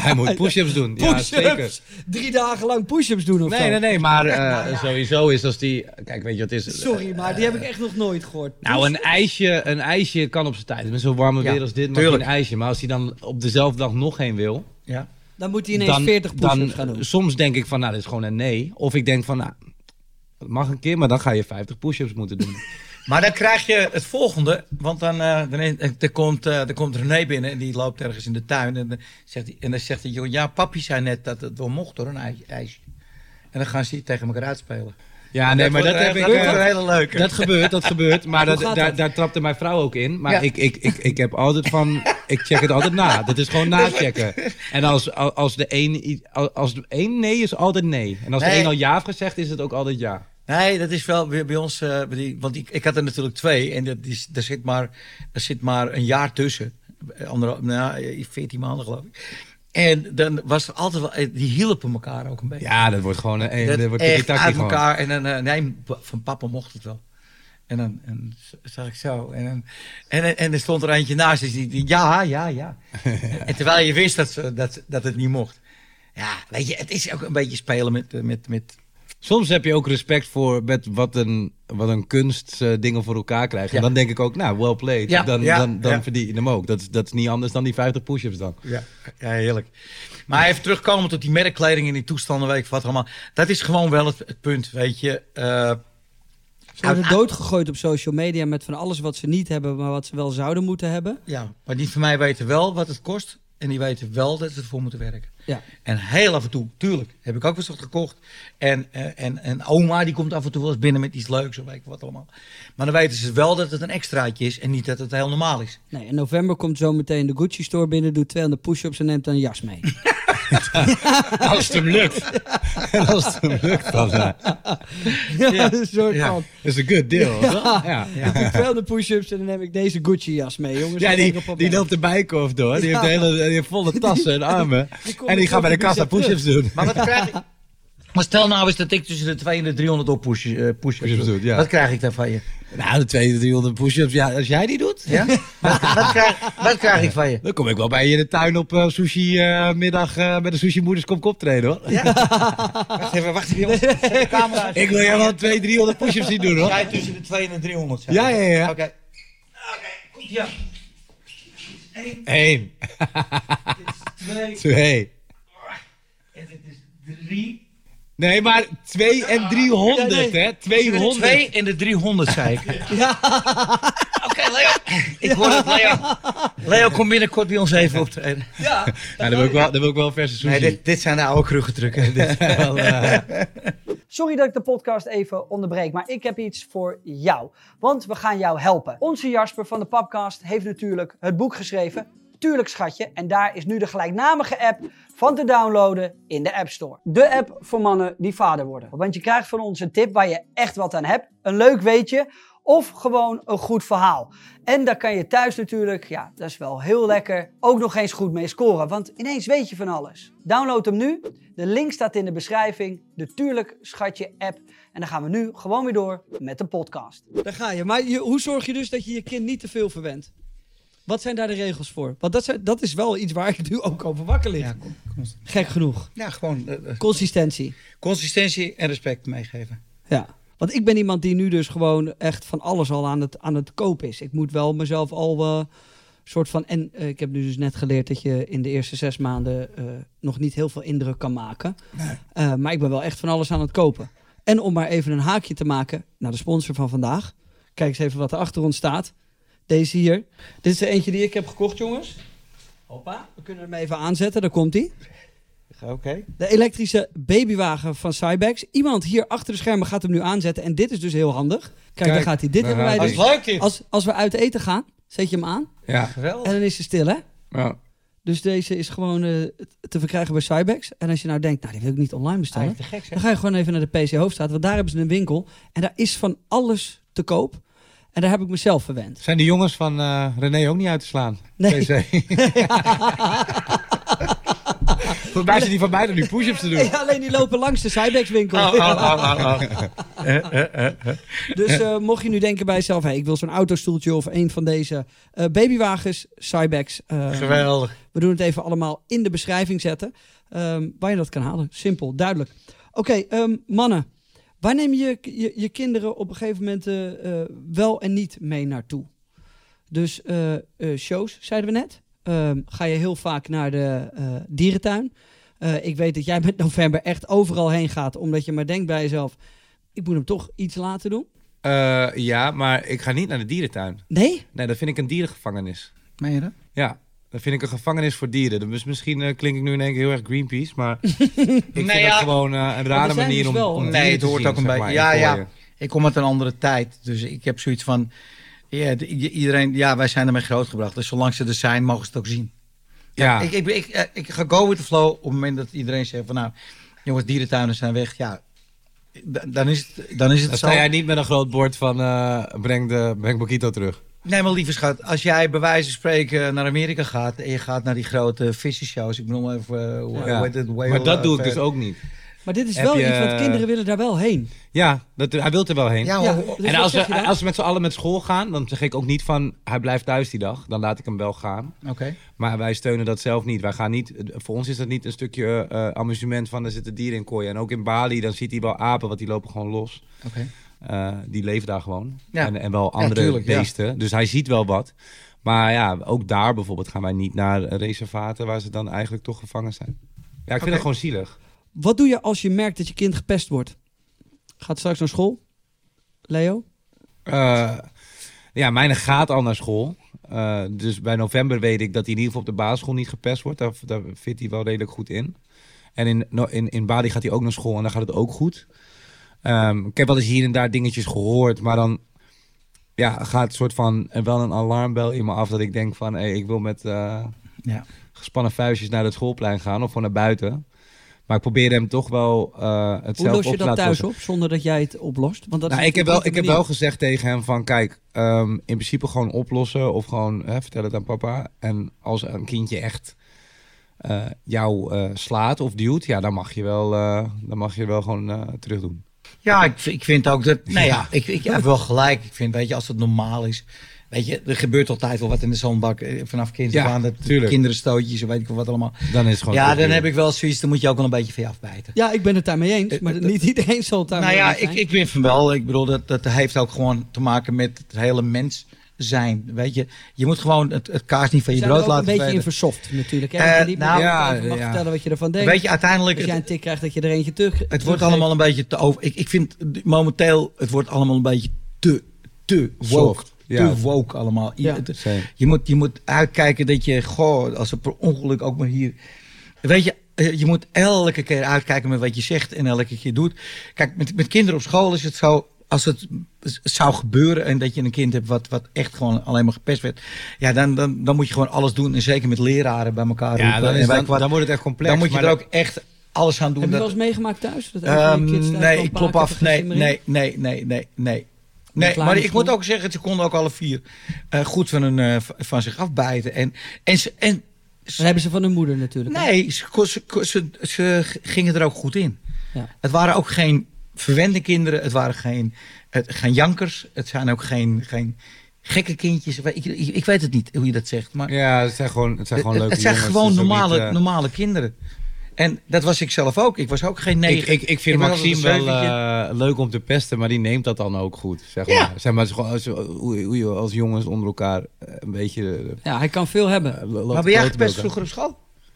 Hij moet push-ups doen. Ja, Push-ups. zeker. Drie dagen lang push-ups doen of Nee, zo. nee, nee, maar uh, sowieso is als die... Kijk, weet je wat het is? Sorry, maar die heb ik echt nog nooit gehoord. Nou, een ijsje, een ijsje kan op zijn tijd. Met zo'n warme Ja, weer als dit mag je tuurlijk. een ijsje. Maar als hij dan op dezelfde dag nog geen wil... Ja. Dan moet hij ineens dan, veertig push-ups dan, gaan doen. Soms denk ik van, nou, dit is gewoon een nee. Of ik denk van, nou, dat mag een keer, maar dan ga je vijftig push-ups moeten doen. Maar dan krijg je het volgende, want dan, uh, dan er, komt, uh, er komt René binnen en die loopt ergens in de tuin. En dan zegt hij, en dan zegt hij, ja, papi zei net dat het wel mocht hoor, een ijs- ijsje. En dan gaan ze tegen elkaar uitspelen. Ja, nee, maar dat heb ik... Dat uh, wordt een hele leuke. Dat gebeurt, dat gebeurt. Maar Hoe dat, gaat daar, dat? daar trapte mijn vrouw ook in. Maar Ja. ik, ik, ik, ik heb altijd van... Ik check het altijd na. Dat is gewoon nachecken. En als, als de een... Als de een nee is altijd nee. En als de Nee. een al ja heeft gezegd, is het ook altijd ja. Nee, dat is wel bij, bij ons, uh, bij die, want ik, ik had er natuurlijk twee en dat is, daar, zit maar, daar zit maar een jaar tussen. Andere, nou, veertien maanden geloof ik. En dan was er altijd wel, die hielpen elkaar ook een beetje. Ja, dat wordt gewoon een... dat dat wordt echt tiki-taki uit gewoon. elkaar. En dan, uh, nee, van papa mocht het wel. En dan en zag ik zo. En, dan, en, en, en er stond er eentje naast. Dus die, die ja, ja, ja. En terwijl je wist dat, ze, dat, dat het niet mocht. Ja, weet je, het is ook een beetje spelen met... met, met Soms heb je ook respect voor met wat een, wat een kunst uh, dingen voor elkaar krijgen. Ja. En dan denk ik ook, nou, well played. Ja, Dan, ja, dan, dan ja. verdien je hem ook. Dat, is- dat is niet anders dan die vijftig push-ups dan. Ja, ja, heerlijk. Maar even terugkomen tot die merkkleding en die toestanden, weet ik wat allemaal. Dat is gewoon wel het, het punt, weet je. Uh, Ze worden doodgegooid op social media met van alles wat ze niet hebben, maar wat ze wel zouden moeten hebben. ja, maar die van mij weten wel wat het kost. En die weten wel dat ze ervoor moeten werken. Ja. En heel af en toe, tuurlijk, heb ik ook wel eens wat gekocht. En, uh, en, en oma die komt af en toe wel eens binnen met iets leuks of weet ik wat allemaal. Maar dan weten ze wel dat het een extraatje is en niet dat het heel normaal is. Nee, in november komt zo meteen de Gucci store binnen, doet tweehonderd push-ups en neemt dan een jas mee. Als het hem lukt. En als het hem lukt, dan uh, ja, Ja. een soort Ja. van. is een good deal. Ja, ja. Ik doe tweehonderd push-ups en dan neem ik deze Gucci jas mee, jongens. Ja, Dan die, denk ik op die op- loopt de bijkorf door. Die, Ja. heeft, de hele, die heeft volle tassen en armen. Die komt En die met gaat bij de zoveel kassa bizar push-ups doen. Maar wat krijg ik? Maar stel nou eens dat ik tussen de tweehonderd en de driehonderd op push, uh, push-ups Push-ups doe. doet, ja. Wat krijg ik dan van je? Nou, de tweehonderd, driehonderd push-ups. Ja, als jij die doet, Ja? wat, wat, krijg, wat krijg ik van je? dan kom ik wel bij je in de tuin op uh, sushi uh, middag uh, met de sushi moeders kom kop trainen, hoor. Wacht even, wacht even. jongens. Zet de camera uit. Ik wil jou wel tweehonderd, driehonderd push-ups zien doen, hoor. Jij tussen de tweehonderd en de driehonderd. zeg. Ja, ja, ja. Oké. Oké, komt ie aan. Eén, Eén, twee, twee. en dit is drie. Nee, maar twee en driehonderd, Ja, nee. hè? Tussen de tweehonderd. twee en de driehonderd, zei ik. Ja. Oké, Leo. Ik hoor het, Leo. Leo, kom binnenkort bij ons even optreden. Ja. Ja, dan wil ik wel, dan wil ik wel verse sushi. Nee, dit, dit zijn de oude kruggentrukken. Dit zijn wel, eh, Sorry dat ik de podcast even onderbreek, maar ik heb iets voor jou. Want we gaan jou helpen. Onze Jasper van de Papcast heeft natuurlijk het boek geschreven. Tuurlijk schatje. En daar is nu de gelijknamige app van te downloaden in de App Store. De app voor mannen die vader worden. Want je krijgt van ons een tip waar je echt wat aan hebt. Een leuk weetje. Of gewoon een goed verhaal. En daar kan je thuis natuurlijk, ja, dat is wel heel lekker, ook nog eens goed mee scoren. Want ineens weet je van alles. Download hem nu. De link staat in de beschrijving. De Tuurlijk Schatje app. En dan gaan we nu gewoon weer door met de podcast. Daar ga je. Maar je, hoe zorg je dus dat je je kind niet te veel verwendt? Wat zijn daar de regels voor? Want dat, zijn, dat is wel iets waar ik nu ook over wakker lig. ja, kom, kom. Gek genoeg. ja, gewoon eh, eh, Consistentie. consistentie en respect meegeven. Ja. Want ik ben iemand die nu dus gewoon echt van alles al aan het, aan het kopen is. Ik moet wel mezelf al uh, soort van... En uh, ik heb nu dus net geleerd dat je in de eerste zes maanden uh, nog niet heel veel indruk kan maken. Nee. Uh, maar ik ben wel echt van alles aan het kopen. En om maar even een haakje te maken naar de sponsor van vandaag. Kijk eens even wat er achter ons staat. Deze hier. Dit is er eentje die ik heb gekocht, jongens. Hoppa. We kunnen hem even aanzetten. Daar komt hij. Oké. De elektrische babywagen van Cybex. Iemand hier achter de schermen gaat hem nu aanzetten. En dit is dus heel handig. Kijk, Kijk, daar gaat hij. Dit daar hebben wij gaat dus. Dat is leuk dit. Als, als we uit eten gaan, zet je hem aan. Ja. Geweldig. En dan is hij stil, hè? Ja. Dus deze is gewoon uh, te verkrijgen bij Cybex. En als je nou denkt, nou, die wil ik niet online bestellen. Ah, te gek, zeg. Dan ga je gewoon even naar de P C Hoofdstraat. Want daar hebben ze een winkel. En daar is van alles te koop. En daar heb ik mezelf verwend. Zijn die jongens van uh, René ook niet uit te slaan? Nee. P C. Volgens mij zijn die van mij nu push-ups te doen. Nee, alleen die lopen langs de Cybex winkel. Oh, oh, oh, oh, oh. Dus uh, mocht je nu denken bij jezelf, hey, ik wil zo'n autostoeltje of een van deze uh, babywagens, Cybex. Uh, Geweldig. We doen het even allemaal in de beschrijving zetten. Um, waar je dat kan halen. Simpel, duidelijk. Oké, okay, um, mannen. Waar neem je, je je kinderen op een gegeven moment uh, uh, wel en niet mee naartoe? Dus uh, uh, shows, zeiden we net. Um, ga je heel vaak naar de uh, dierentuin. Uh, ik weet dat jij met november echt overal heen gaat. Omdat je maar denkt bij jezelf, ik moet hem toch iets laten doen. Uh, ja, maar ik ga niet naar de dierentuin. Nee? Nee, dat vind ik een dierengevangenis. Meen je dat? Ja, dat vind ik een gevangenis voor dieren. Dus misschien uh, klink ik nu in één keer heel erg Greenpeace, maar ik vind Nee, dat ja. gewoon uh, een rare er zijn manier dus om, wel- om Nee, dieren het te hoort zien, ook een zeg beetje- maar, ja, in ja. kooien. Ik kom uit een andere tijd, dus ik heb zoiets van... Ja, de- i- iedereen, ja, wij zijn ermee grootgebracht. Dus zolang ze er zijn, mogen ze het ook zien. Ja, Ik, ik, ik, ik, ik ga go with the flow op het moment dat iedereen zegt van... Nou, jongens, dierentuinen zijn weg. Ja, d- dan is het, dan is het dan zo. sta jij niet met een groot bord van uh, breng, de, breng Bokito terug. Nee, maar lieve schat, als jij bij wijze van spreken naar Amerika gaat... en je gaat naar die grote vissenshows, ik bedoel even... Uh, hoe Ja. heet het, whale, Maar dat doe ik uh, dus ook niet. Maar dit is Heb wel je- iets, want kinderen willen daar wel heen. Ja, dat, hij wil er wel heen. Ja, Ja, ho- ho- dus en wat als zeg we, je dan? als we met z'n allen met school gaan, dan zeg ik ook niet van hij blijft thuis die dag. Dan laat ik hem wel gaan. Oké. Maar wij steunen dat zelf niet. Wij gaan niet. Voor ons is dat niet een stukje uh, amusement van er zitten dieren in kooien. En ook in Bali, dan ziet hij wel apen, want die lopen gewoon los. Oké. Uh, die leven daar gewoon. Ja. En, en wel andere Ja, tuurlijk, ja. beesten. Dus hij ziet wel wat. Maar ja, ook daar bijvoorbeeld gaan wij niet naar reservaten waar ze dan eigenlijk toch gevangen zijn. Ja, ik vind Oké. dat gewoon zielig. Wat doe je als je merkt dat je kind gepest wordt? Gaat straks naar school? Leo? Uh, ja, mijn gaat al naar school. Uh, dus bij november weet ik dat hij in ieder geval op de basisschool niet gepest wordt. Daar, daar fit hij wel redelijk goed in. En in, in, in Bali gaat hij ook naar school en dan gaat het ook goed. Um, ik heb wel eens hier en daar dingetjes gehoord, maar dan ja, gaat het soort van wel een alarmbel in me af dat ik denk van, hey, ik wil met uh, Ja. gespannen vuistjes naar het schoolplein gaan of gewoon naar buiten. Maar ik probeer hem toch wel uh, het Hoe zelf los je op te dat laten thuis lossen. op, zonder dat jij het oplost? Want dat is Nou, ik heb wel, natuurlijk ik heb niet wel gezegd tegen hem van, kijk, um, in principe gewoon oplossen of gewoon hè, vertel het aan papa. En als een kindje echt uh, jou uh, slaat of duwt, ja, dan mag je wel, uh, dan mag je wel gewoon uh, terug doen. Ja, ik, ik vind ook dat... Nou ja, ik, ik heb wel gelijk. Ik vind, weet je, als het normaal is... Weet je, er gebeurt altijd wel wat in de zandbak. eh, Vanaf kind af Ja, aan. Dat tuurlijk. kinderen stootjes en weet ik wel wat allemaal. Dan is het gewoon Ja, terug dan doen. heb ik wel zoiets. Dan moet je ook wel een beetje van je afbijten. Ja, ik ben het daarmee eens, maar Eh, eh, niet iedereen zal het daarmee Nou ja, eens ik, zijn. ik vind van wel. Ik bedoel, dat, dat heeft ook gewoon te maken met het hele mens zijn. Weet je, je moet gewoon het, het kaas niet van We je zijn er brood ook een laten beetje in vreten. versoft natuurlijk. Hè? Eh, Dat je niet nou, meer ja, over mag ja. vertellen wat je ervan denkt. Weet je, uiteindelijk... Als jij Het, een tik krijgt dat je er eentje terug het wordt teruggeeft. allemaal een beetje te over... Ik, ik vind momenteel, het wordt allemaal een beetje te, te woke. Soft, ja. Te woke allemaal. Je, Ja. het- Same. je, moet, je moet uitkijken dat je, goh, als er per ongeluk ook maar hier... Weet je, eh, je moet elke keer uitkijken met wat je zegt en elke keer doet. Kijk, met, met kinderen op school is het zo... Als het zou gebeuren en dat je een kind hebt wat, wat echt gewoon alleen maar gepest werd. Ja, dan, dan, dan moet je gewoon alles doen. En zeker met leraren bij elkaar Ja, roepen. dan, en is, weet dan, ik wat. dan wordt het echt complex. Dan moet je maar er dat- ook echt alles aan doen. Heb je dat- wel eens meegemaakt thuis? Dat een van je Ehm, kids thuis nee, kwam ik klop paken af. of Nee, simmering? nee, nee, nee, nee, nee. Nee, klaar maar met ik moet school? ook zeggen, ze konden ook alle vier uh, goed van, hun, uh, van zich afbijten. En, en, ze, en Dat hebben ze van hun moeder natuurlijk. hè? nee, ze, ze, ze, ze gingen er ook goed in. Ja. Het waren ook geen verwende kinderen, het waren geen, het, geen jankers, het zijn ook geen, geen gekke kindjes. Ik, ik, ik weet het niet hoe je dat zegt, maar Ja, het zijn gewoon, het zijn gewoon het, leuke het zijn jongens. gewoon Het is ook normale, niet, uh, normale kinderen. En dat was ik zelf ook. Ik was ook geen negen. Ik, ik, ik vind was Maxime altijd wel een zeventje. uh, leuk om te pesten, maar die neemt dat dan ook goed. Zeg Ja. maar, zeg maar zo- als, hoe, hoe je als jongens onder elkaar uh, een beetje... uh, Ja, hij kan veel hebben. lo- loopt Maar te ben jij kloten met gepest elkaar. vroeger op school?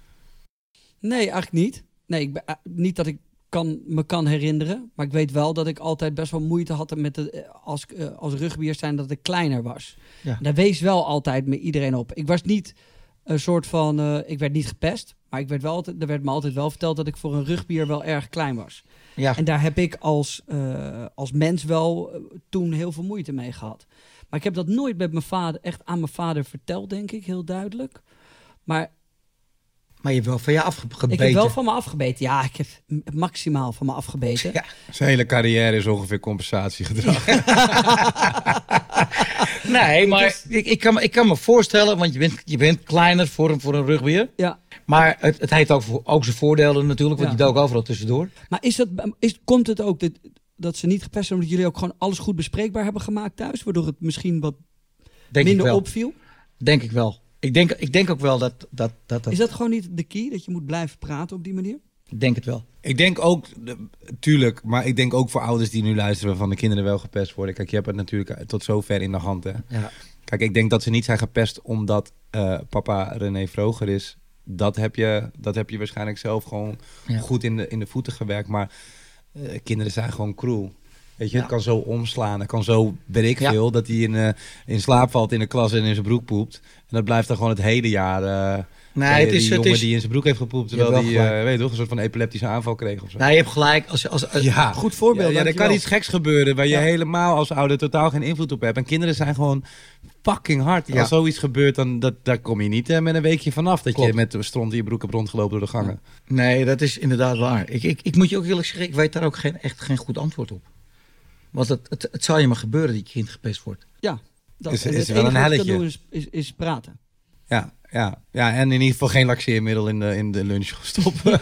Nee, eigenlijk niet. Nee, ik ben, eh, niet dat ik kan, me kan herinneren. Maar ik weet wel dat ik altijd best wel moeite had met het, eh, als, eh, als rugbier zijn dat ik kleiner was. Ja. Daar wees wel altijd met iedereen op. Ik was niet een soort van... eh, ik werd niet gepest. Maar ik werd wel altijd, er werd me altijd wel verteld dat ik voor een rugbier wel erg klein was. Ja. En daar heb ik als, eh, als mens wel eh, toen heel veel moeite mee gehad. Maar ik heb dat nooit met mijn vader, echt aan mijn vader verteld, denk ik, heel duidelijk. Maar Maar je hebt wel van je afgebeten. ik heb wel van me afgebeten. Ja, ik heb m- maximaal van me afgebeten. Ja. Zijn hele carrière is ongeveer compensatiegedrag. Nee, maar ik, ik, kan, me- ik kan me voorstellen, want je bent, je bent kleiner voor een, voor een rugbier. Ja. Maar het, het heeft ook, voor- ook zijn voordelen natuurlijk, want Ja. je dook overal tussendoor. Maar is dat, is, komt het ook, dit, dat ze niet gepest zijn omdat jullie ook gewoon alles goed bespreekbaar hebben gemaakt thuis? Waardoor het misschien wat Denk minder ik wel. opviel? Denk ik wel. Ik denk, ik denk ook wel dat dat, dat, dat... Is dat gewoon niet de key? Dat je moet blijven praten op die manier? Ik denk het wel. Ik denk ook, de- tuurlijk, maar ik denk ook voor ouders die nu luisteren waarvan de kinderen wel gepest worden. Kijk, je hebt het natuurlijk tot zover in de hand. Hè. Ja. Kijk, ik denk dat ze niet zijn gepest omdat eh, papa René Vroger is. Dat heb je, dat heb je waarschijnlijk zelf gewoon Ja. goed in de, in de voeten gewerkt. Maar eh, kinderen zijn gewoon cruel. Weet je, Ja. het kan zo omslaan. Het kan zo, weet ik Ja. veel, dat hij in, eh, in slaap valt in de klas en in zijn broek poept. En dat blijft dan gewoon het hele jaar... eh, Nee, die het is... die Het jongen is die in zijn broek heeft gepoept, Je hebt terwijl wel die, eh, gelijk. weet je toch, een soort van epileptische aanval kreeg of zo. nou, je hebt gelijk. Als, als, als, Ja, Goed voorbeeld, Ja, ja, er dankjewel. kan iets geks gebeuren waar je Ja. helemaal als ouder totaal geen invloed op hebt. En kinderen zijn gewoon fucking hard. Ja. Als zoiets gebeurt, dan dat, daar kom je niet eh, met een weekje vanaf. Dat Klopt. je met stront in je broek hebt rondgelopen door de gangen. Nee, dat is inderdaad waar. Ik, ik, ik moet je ook eerlijk zeggen, ik weet daar ook geen, echt geen goed antwoord op. Want het, het, het zal je maar gebeuren dat je kind gepest wordt. Ja. Dat, Is- is het wel enige een wat je kan helletje. doen is, is, is praten. Ja, ja, ja, en in ieder geval geen laxeermiddel in de, in de lunch stoppen.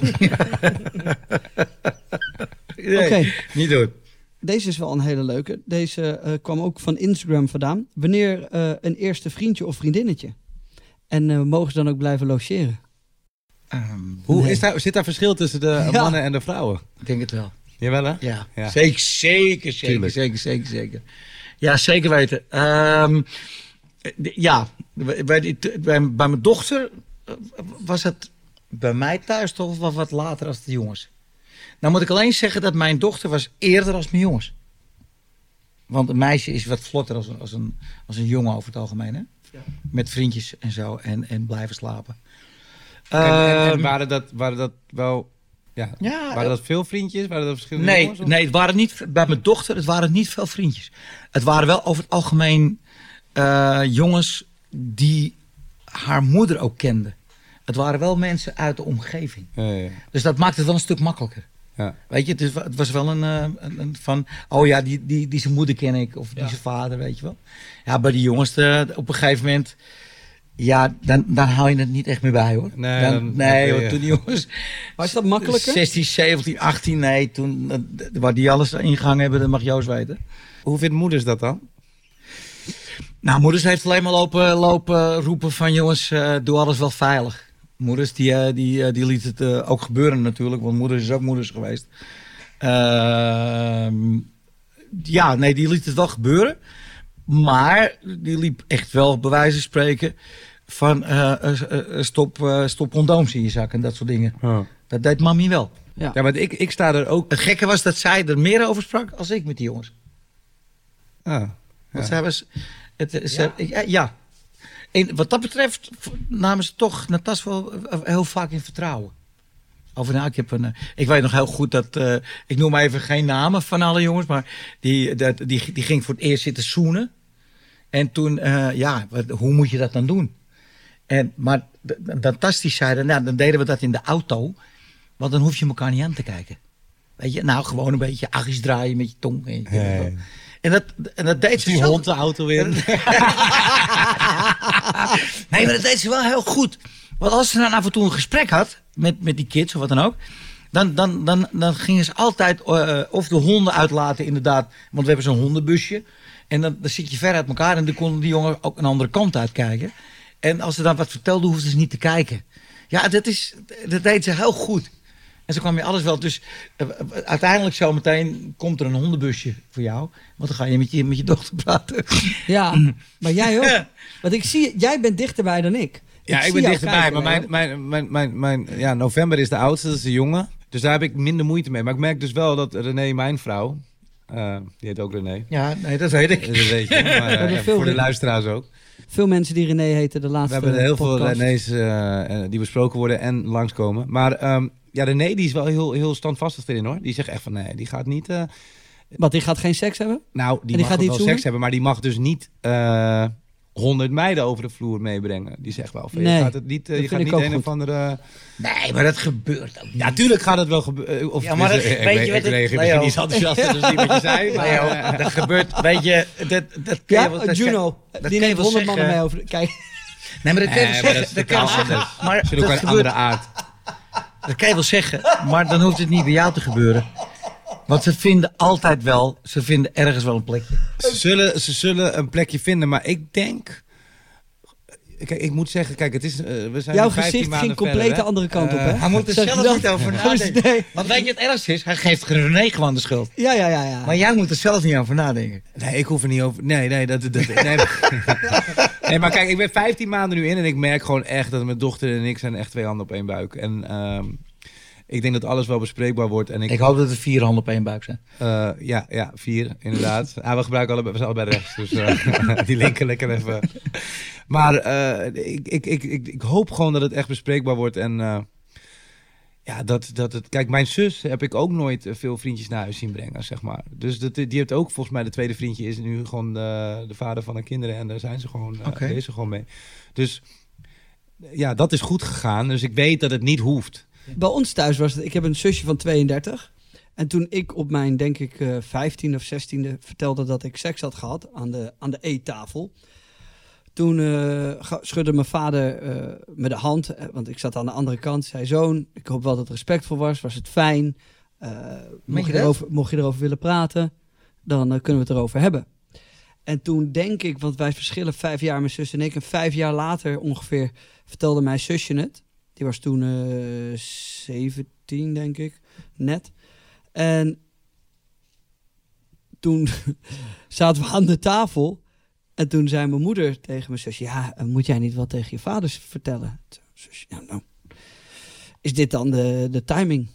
Nee, Oké. niet doen. Deze is wel een hele leuke. Deze eh, kwam ook van Instagram vandaan. Wanneer eh, een eerste vriendje of vriendinnetje? En eh, mogen ze dan ook blijven logeren? Ehm, Hoe Nee. is daar, zit daar verschil tussen de Ja. mannen en de vrouwen? ik denk het wel. Jawel hè? Ja, Ja. zeker, zeker, zeker, Tuurlijk. zeker, zeker, zeker. Ja, zeker weten. Ehm, de- ja, bij, die- bij, bij mijn dochter eh, was het bij mij thuis toch wel wat later als de jongens. Nou moet ik alleen zeggen dat mijn dochter was eerder als mijn jongens. Want een meisje is wat vlotter als een, als een, als een jongen over het algemeen, hè? Ja. Met vriendjes en zo en, en blijven slapen. En, en, en Ehm, waren, dat, waren dat wel... Ja, ja, waren dat veel vriendjes? Waren dat verschillende Nee, jongens? of- nee, het waren niet, bij mijn dochter, het waren niet veel vriendjes. Het waren wel over het algemeen eh, jongens die haar moeder ook kenden. Het waren wel mensen uit de omgeving. Ja, ja, Dus dat maakte het wel een stuk makkelijker. ja. Weet je, het, is, het was wel een, eh, een, een van, oh ja, die, die, die zijn moeder ken ik, of die Ja. zijn vader, weet je wel. Ja, bij die jongens, eh, op een gegeven moment, ja, dan, dan hou je het niet echt meer bij, hoor. Nee, Dan- dan- nee dan- hoor, ja. toen die jongens Maar is dat makkelijker? zestien, zeventien, achttien, nee, toen, eh, waar die alles ingehangen hebben, dat mag Joost weten. Hoe vindt moeders dat dan? Nou, moeders heeft alleen maar lopen, lopen roepen van jongens, eh, doe alles wel veilig. Moeders die, eh, die, eh, die liet het eh, ook gebeuren natuurlijk, want moeders is ook moeders geweest. Ehm, ja, nee, die liet het wel gebeuren. Maar die liep echt wel bij wijze van spreken van eh, eh, eh, stop, eh, stop condooms in je zak en dat soort dingen. Dat deed mami wel. Ja. Ja, maar ik, ik sta er ook... Het gekke was dat zij er meer over sprak als ik met die jongens. Ah, Want ja. zij was... Het, ze, ja. ja. En wat dat betreft v- namen ze toch Natas wel eh, heel vaak in vertrouwen. Over, nou, ik, heb een, eh, ik weet nog heel goed dat... eh, ik noem even geen namen van alle jongens, maar die, dat, die, die ging voor het eerst zitten zoenen. En toen, eh, ja, wat, hoe moet je dat dan doen? En, maar d- d- Natas die zei, dan, nou, dan deden we dat in de auto, want dan hoef je elkaar niet aan te kijken. Weet je, nou gewoon een beetje aggies draaien met je tong. En, Ja, ja. en, dat, en dat deed ze Die zo. hond de auto in. Nee, maar dat deed ze wel heel goed. Want als ze dan af en toe een gesprek had met, met die kids of wat dan ook, dan, dan, dan, dan gingen ze altijd eh, of de honden uitlaten inderdaad. Want we hebben zo'n hondenbusje. En dan, dan zit je ver uit elkaar en dan konden die jongen ook een andere kant uitkijken. En als ze dan wat vertelde, hoefden ze niet te kijken. Ja, dat, is, dat deed ze heel goed. En zo kwam je alles wel. Dus uh, uiteindelijk zo meteen komt er een hondenbusje voor jou. Want dan ga je met je, met je dochter praten. Ja, maar jij ook. Want ik zie, jij bent dichterbij dan ik. Ja, ik, zie ben jou dichterbij. kijken, Maar Leo. mijn, mijn, mijn, mijn, mijn, ja, november is de oudste, dat is de jongen. Dus daar heb ik minder moeite mee. Maar ik merk dus wel dat René, mijn vrouw... eh, die heet ook René. Ja, nee, dat weet ik. Dat weet je. Maar, eh, hebben ja, veel voor de René. luisteraars ook. Veel mensen die René heten de We laatste hebben heel veel podcast. René's eh, eh, die besproken worden en langskomen. Maar ehm, ja, René die is wel heel, heel standvastig erin hoor. Die zegt echt van nee, die gaat niet... eh, Wat, die gaat geen seks hebben? nou, die, die mag gaat wel niet zoenen? seks hebben, maar die mag dus niet eh, honderd meiden over de vloer meebrengen. Die zegt wel van, Nee, je gaat het niet, eh, dat je vind gaat ik niet ook een goed. of andere... Nee, maar dat gebeurt ook niet. Ja, tuurlijk gaat het wel gebeuren. Of Ja, maar dat- tenminste, weet ik, je weet- wat ik het- reageer Leo. misschien niet enthousiast, dus niet wat je zei. Maar, Leo, eh, dat gebeurt, weet je, dat, dat kun je Ja, wel- dat Juno. kan- dat Die kun je neemt wel honderd mannen zeggen. mee over de... Kijk, Nee, maar dat kan je nee, wel maar dat zeggen. is Dat kan je totaal zeggen. anders. Maar Ze hebben ook dat een andere gebeurt, aard. dat kan je wel zeggen, maar dan hoeft het niet bij jou te gebeuren. Want ze vinden altijd wel, ze vinden ergens wel een plekje. Ze zullen, ze zullen een plekje vinden, maar ik denk... Kijk, ik moet zeggen, kijk, het is, uh, we zijn Jouw nu vijftien gezicht maanden ging compleet verder, de hè? andere kant op, hè? Uh, Hij moet er Zeg je zelf dat? niet over nadenken. Nee. Want weet je het ergste is? Hij geeft René gewoon de schuld. Ja, ja, ja. ja. Maar jij moet er zelf niet over nadenken. Nee, ik hoef er niet over... Nee, nee, dat... dat nee. nee, maar kijk, ik ben vijftien maanden nu in en ik merk gewoon echt dat mijn dochter en ik zijn echt twee handen op één buik. En uh, ik denk dat alles wel bespreekbaar wordt. En ik, Ik hoop dat er vier handen op één buik zijn. Uh, ja, ja, vier, inderdaad. ah, we gebruiken allebei, we zijn allebei rechts, dus uh, die linken lekker even. Maar uh, ik, ik, ik, ik, ik hoop gewoon dat het echt bespreekbaar wordt. En uh, ja, dat, dat het... Kijk, mijn zus heb ik ook nooit veel vriendjes naar huis zien brengen, zeg maar. Dus dat, die heeft ook, volgens mij, de tweede vriendje is nu gewoon de, de vader van haar kinderen. En daar zijn ze gewoon, uh, okay. deze gewoon mee. Dus ja, dat is goed gegaan. Dus ik weet dat het niet hoeft. Bij ons thuis was het... Ik heb een zusje van tweeëndertig. En toen ik op mijn, denk ik, uh, vijftiende of zestiende vertelde dat ik seks had gehad aan de, aan de eettafel. Toen uh, schudde mijn vader uh, me de hand, want ik zat aan de andere kant. Zei, zoon, ik hoop wel dat het respectvol was. Was het fijn? Uh, mocht, je erover, mocht je erover willen praten, dan uh, kunnen we het erover hebben. En toen denk ik, want wij verschillen vijf jaar, mijn zus en ik. En vijf jaar later ongeveer vertelde mijn zusje het. Die was toen uh, zeventien, denk ik, net. En toen zaten we aan de tafel. En toen zei mijn moeder tegen mijn zusje... Ja, moet jij niet wat tegen je vaders vertellen? Zusje, nou, nou. Is dit dan de, de timing?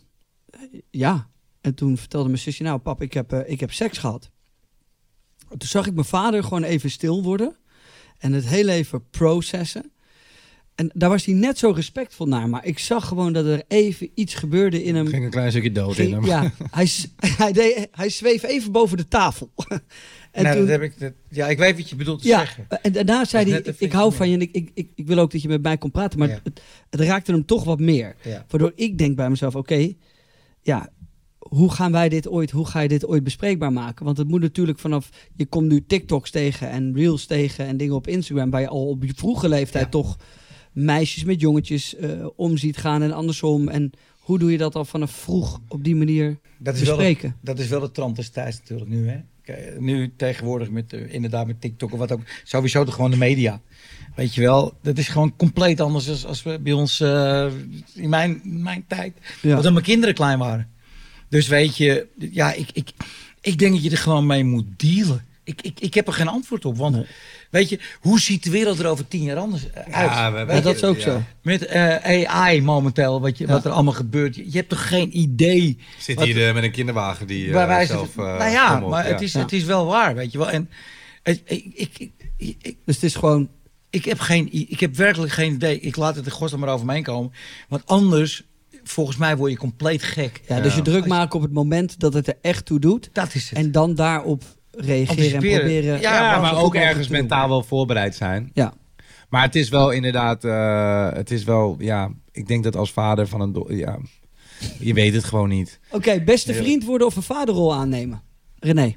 Ja. En toen vertelde mijn zusje... Nou, pap, ik heb, uh, ik heb seks gehad. Toen zag ik mijn vader gewoon even stil worden. En het heel even processen. En daar was hij net zo respectvol naar. Maar ik zag gewoon dat er even iets gebeurde in hem. Er ging een klein stukje dood ging, in hem. Ja, hij, hij, deed, hij zweef even boven de tafel. En nee, toen, dat heb ik, dat, ja, ik weet wat je bedoelt te ja, zeggen. En daarna zei hij, ik, ik hou van je en ik, ik, ik, ik wil ook dat je met mij komt praten. Maar ja. het, het raakte hem toch wat meer. Ja. Waardoor ik denk bij mezelf, oké, okay, ja, hoe gaan wij dit ooit, hoe ga je dit ooit bespreekbaar maken? Want het moet natuurlijk vanaf, je komt nu TikToks tegen en Reels tegen en dingen op Instagram, waar je al op je vroege leeftijd ja. toch meisjes met jongetjes uh, om ziet gaan en andersom. En hoe doe je dat al vanaf vroeg op die manier dat is bespreken? Wel, dat is wel de trant des tijds natuurlijk nu, hè? Kijk, nu tegenwoordig met uh, inderdaad met TikTok of wat ook. Sowieso de, gewoon de media. Weet je wel, dat is gewoon compleet anders als, als we bij ons uh, in mijn, mijn tijd. Ja. Want toen mijn kinderen klein waren. Dus weet je, ja, ik, ik, ik denk dat je er gewoon mee moet dealen. Ik, ik, ik heb er geen antwoord op. Want nee. weet je, hoe ziet de wereld er over tien jaar anders uit? Ja, we, ja dat is ook ja. zo. Met uh, A I momenteel, wat, je, ja. wat er allemaal gebeurt. Je, je hebt toch geen idee. Zit wat, hier uh, met een kinderwagen die uh, waar wij zelf... Uh, nou ja, kommelt, maar ja. Het, is, ja. het is wel waar, weet je wel. En het, ik, ik, ik, ik, ik, dus het is gewoon... Ik heb, geen, ik heb werkelijk geen idee. Ik laat het de godsnaam maar over me heen komen. Want anders... Volgens mij word je compleet gek. Ja, dus je druk maken op het moment dat het er echt toe doet. Dat is het. En dan daarop reageren en proberen. Ja, ja maar ook ergens mentaal wel voorbereid zijn. Ja. Maar het is wel inderdaad, uh, het is wel, ja, ik denk dat als vader van een, do- ja, je weet het gewoon niet. Oké, okay, beste vriend worden of een vaderrol aannemen? René?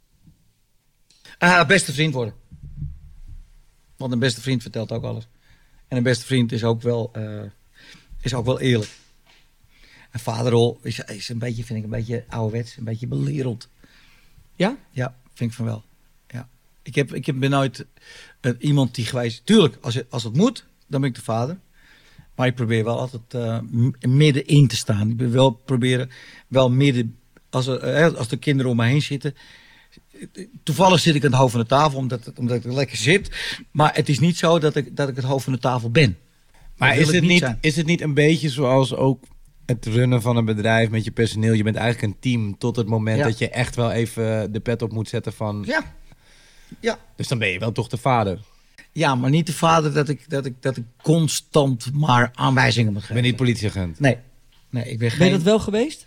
Ah, beste vriend worden. Want een beste vriend vertelt ook alles. En een beste vriend is ook wel, uh, is ook wel eerlijk. Een vaderrol is, is een beetje, vind ik, een beetje ouderwets, een beetje belereld. Ja? Ja, vind ik van wel. Ja. Ik, heb, ik heb, ben nooit uh, iemand die geweest... Tuurlijk, als het, als het moet, dan ben ik de vader. Maar ik probeer wel altijd uh, midden in te staan. Ik ben wel proberen, wel midden... Als, er, uh, als de kinderen om me heen zitten... Toevallig zit ik aan het hoofd van de tafel, omdat, omdat ik er lekker zit. Maar het is niet zo dat ik, dat ik het hoofd van de tafel ben. Maar is het, niet, niet is het niet een beetje zoals ook... het runnen van een bedrijf met je personeel. Je bent eigenlijk een team tot het moment ja. dat je echt wel even de pet op moet zetten van... Ja. ja. Dus dan ben je wel toch de vader. Ja, maar niet de vader dat ik, dat ik, dat ik constant maar aanwijzingen moet geven. Ben je niet politieagent? Nee. nee ik ben, geen... ben je dat wel geweest?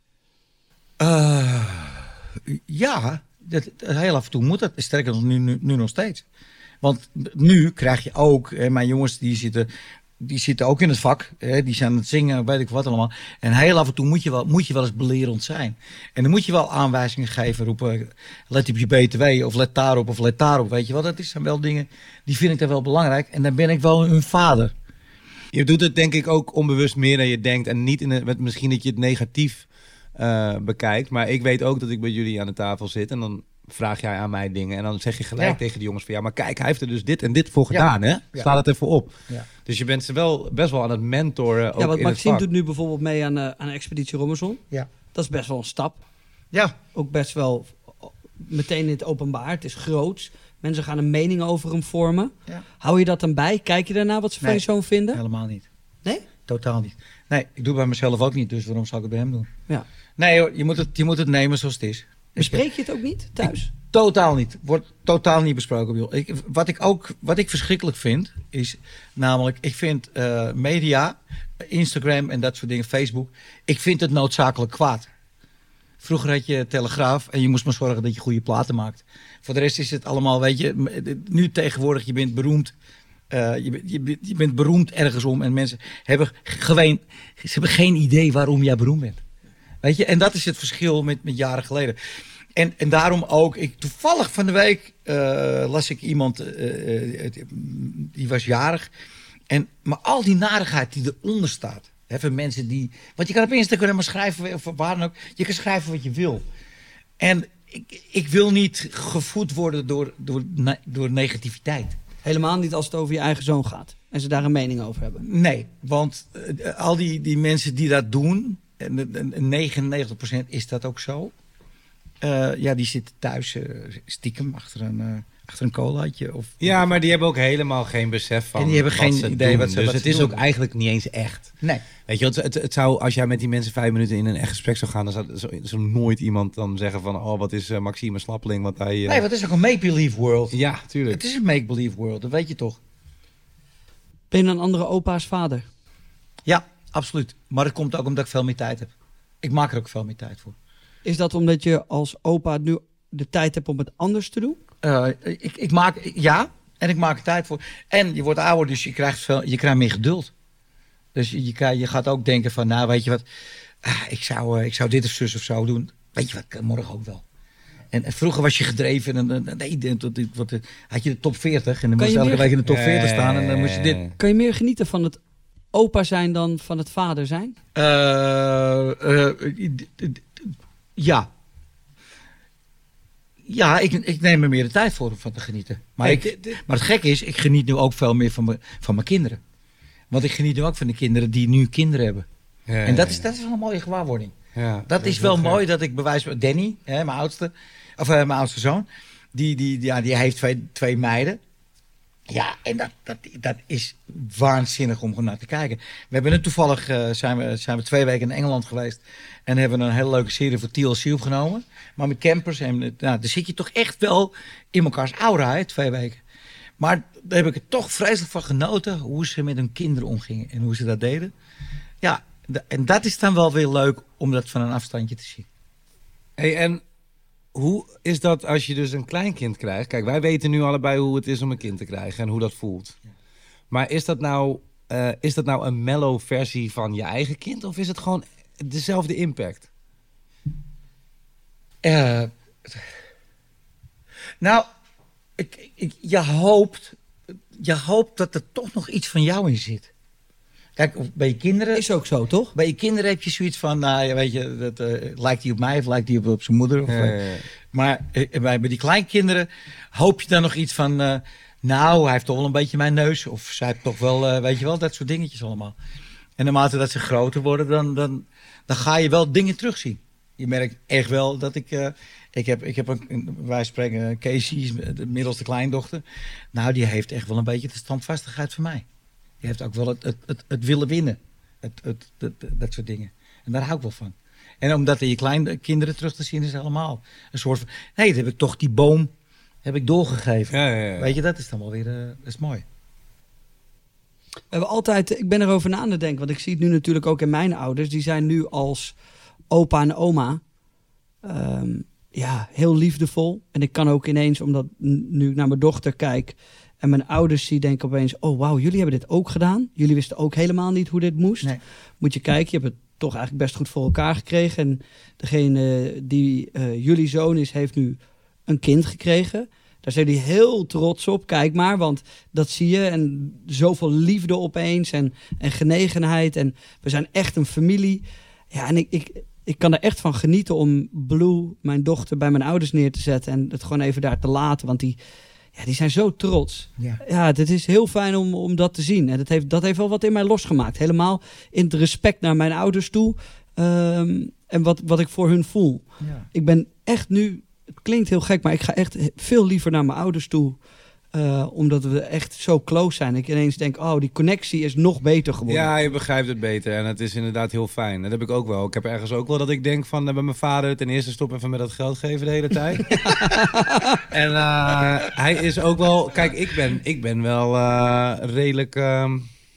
Uh, ja, dat, heel af en toe moet dat. Sterker nog, nu, nu, nu nog steeds. Want nu krijg je ook... Hè, mijn jongens die zitten... Die zitten ook in het vak. Hè, die zijn aan het zingen, weet ik wat allemaal. En heel af en toe moet je wel, moet je wel eens belerend zijn. En dan moet je wel aanwijzingen geven. Roepen, let op je B T W of let daarop of let daarop. Weet je wat, dat zijn wel dingen, die vind ik dan wel belangrijk. En dan ben ik wel hun vader. Je doet het denk ik ook onbewust meer dan je denkt. En niet in het, met misschien dat je het negatief uh, bekijkt. Maar ik weet ook dat ik bij jullie aan de tafel zit. En dan vraag jij aan mij dingen. En dan zeg je gelijk Ja. tegen die jongens van... ja, maar kijk, hij heeft er dus dit en dit voor gedaan, Ja. hè? Ja. Sla dat even op. Ja. Dus je bent ze wel best wel aan het mentoren. Ook Ja, want in het Maxime vak. doet nu bijvoorbeeld mee aan, uh, aan Expeditie Robinson. Ja. Dat is best wel een stap. Ja. Ook best wel meteen in het openbaar. Het is groots. Mensen gaan een mening over hem vormen. Ja. Hou je dat dan bij? Kijk je daarna wat ze van Nee. je zoon vinden? Helemaal niet. Nee? Totaal niet. Nee, ik doe het bij mezelf ook niet, dus waarom zou ik het bij hem doen? Ja. Nee hoor, je moet het, je moet het nemen zoals het is. Bespreek je het ook niet thuis? Totaal niet. Wordt totaal niet besproken, Bill. Ik, wat ik ook wat ik verschrikkelijk vind, is namelijk, ik vind uh, media, Instagram en dat soort dingen, Facebook, ik vind het noodzakelijk kwaad. Vroeger had je Telegraaf en je moest maar zorgen dat je goede platen maakt. Voor de rest is het allemaal, weet je, nu tegenwoordig, je bent beroemd. Uh, je, je, je bent beroemd ergens om en mensen hebben, geween, ze hebben geen idee waarom jij beroemd bent. Weet je, en dat is het verschil met, met jaren geleden. En, en daarom ook, ik, toevallig van de week uh, las ik iemand, uh, uh, die was jarig. En, maar al die narigheid die eronder staat. Hè, van mensen die, want je kan op Instagram maar schrijven, of waar dan ook. Je kan schrijven wat je wil. En ik, ik wil niet gevoed worden door, door, door negativiteit. Helemaal niet als het over je eigen zoon gaat. En ze daar een mening over hebben. Nee, want uh, al die, die mensen die dat doen, en, en negenennegentig procent is dat ook zo. Uh, ja, die zitten thuis uh, stiekem achter een, uh, achter een colaatje. Of, Ja, maar die hebben ook helemaal geen besef van En die hebben wat geen ze idee doen. wat ze- Dus wat het ze is doen. ook eigenlijk niet eens echt. Nee. Weet je, het, het, het zou, als jij met die mensen vijf minuten in een echt gesprek zou gaan, dan zou, zou, zou nooit iemand dan zeggen van, oh, wat is uh, Maxime Slappeling, wat hij... Uh... Nee, wat is ook een make-believe world? Ja, tuurlijk. Het is een make-believe world, dat weet je toch? Ben je een andere opa's vader? Ja, absoluut. Maar het komt ook omdat ik veel meer tijd heb. Ik maak er ook veel meer tijd voor. Is dat omdat je als opa nu de tijd hebt om het anders te doen? Uh, ik, ik maak, ja, en ik maak er tijd voor. En je wordt ouder, dus je krijgt, veel, je krijgt meer geduld. Dus je, je, krijgt- je gaat ook denken van, nou weet je wat, ah, ik, zou, uh, ik zou dit of zus of zo doen. Weet je wat, kan morgen ook wel. En, en vroeger was je gedreven en dan nee, dan- tot- tot- tot- had je de top veertig en dan Kan moest je je elke meer- week in de top Eh, veertig staan en dan moest je dit. Kan je meer genieten van het opa zijn dan van het vader zijn? Uh, uh, d- d- d- ja. Ja, ik, ik neem er meer de tijd voor om van te genieten. Maar, Hey, ik, dit- dit- maar het gekke is, ik geniet nu ook veel meer van, me, van mijn kinderen. Want ik geniet nu ook van de kinderen die nu kinderen hebben. Ja, En dat ja, is, dat is wel een mooie gewaarwording. ja, Dat is wel gek. mooi dat ik bewijs... Danny, hè, mijn oudste, of uh, mijn oudste zoon, die, die, ja, die heeft twee, twee meiden. Ja, en dat, dat, dat is waanzinnig om gewoon naar te kijken. We hebben nu toevallig, uh, zijn, we, zijn we twee weken in Engeland geweest. En hebben een hele leuke serie voor T L C opgenomen. Maar met campers. En, nou, daar zit je toch echt wel in elkaars aura, hè, twee weken. Maar daar heb ik er toch vreselijk van genoten. Hoe ze met hun kinderen omgingen. En hoe ze dat deden. Ja, d- en dat is dan wel weer leuk om dat van een afstandje te zien. Hey, en hoe is dat als je dus een kleinkind krijgt? Kijk, wij weten nu allebei hoe het is om een kind te krijgen en hoe dat voelt. Maar is dat nou, uh, is dat nou een mellow versie van je eigen kind? Of is het gewoon dezelfde impact? Uh, nou, ik, ik, je, hoopt, je hoopt dat er toch nog iets van jou in zit. Kijk, bij je kinderen... Is ook zo, toch? Bij je kinderen heb je zoiets van, nou ja, weet je, dat, uh, lijkt hij op mij of lijkt hij op, op zijn moeder? Of, Ja, ja, ja. Maar uh, bij, bij die kleinkinderen hoop je dan nog iets van, uh, nou, hij heeft toch wel een beetje mijn neus. Of zij heeft toch wel, uh, weet je wel, dat soort dingetjes allemaal. En naarmate dat ze groter worden, dan, dan, dan ga je wel dingen terugzien. Je merkt echt wel dat ik, uh, ik heb, ik heb een, wij spreken, Casey is de middelste kleindochter. Nou, die heeft echt wel een beetje de standvastigheid van mij. Die heeft ook wel het, het, het, het willen winnen. Het, het, het, het, dat soort dingen. En daar hou ik wel van. En om dat in je kleinkinderen terug te zien is helemaal een soort van... Nee, dat heb ik toch die boom heb ik doorgegeven. Ja, ja, ja. Weet je, dat is dan wel weer uh, dat is mooi. We hebben altijd, ik ben erover na aan het denken, want ik zie het nu natuurlijk ook in mijn ouders. Die zijn nu als opa en oma um, ja, heel liefdevol. En ik kan ook ineens, omdat nu ik naar mijn dochter kijk en mijn ouders zie, denk ik opeens, oh wauw, jullie hebben dit ook gedaan. Jullie wisten ook helemaal niet hoe dit moest. Nee. Moet je kijken, je hebt het toch eigenlijk best goed voor elkaar gekregen. En degene die uh, jullie zoon is, heeft nu een kind gekregen. Daar zijn jullie heel trots op. Kijk maar, want dat zie je. En zoveel liefde opeens en, en genegenheid. En we zijn echt een familie. Ja, en ik, ik, ik kan er echt van genieten om Blue, mijn dochter, bij mijn ouders neer te zetten. En het gewoon even daar te laten. Want die, ja, die zijn zo trots. Ja. Ja, het is heel fijn om, om dat te zien. En dat heeft, dat heeft wel wat in mij losgemaakt. Helemaal in het respect naar mijn ouders toe. Um, en wat, wat ik voor hun voel. Ja. Ik ben echt nu... Het klinkt heel gek, maar ik ga echt veel liever naar mijn ouders toe. Uh, omdat we echt zo close zijn. Ik ineens denk, oh, die connectie is nog beter geworden. Ja, je begrijpt het beter. En het is inderdaad heel fijn. Dat heb ik ook wel. Ik heb ergens ook wel dat ik denk van... Uh, bij mijn vader ten eerste stop even met dat geld geven de hele tijd. En uh, hij is ook wel... Kijk, ik ben, ik ben wel uh, redelijk... Uh,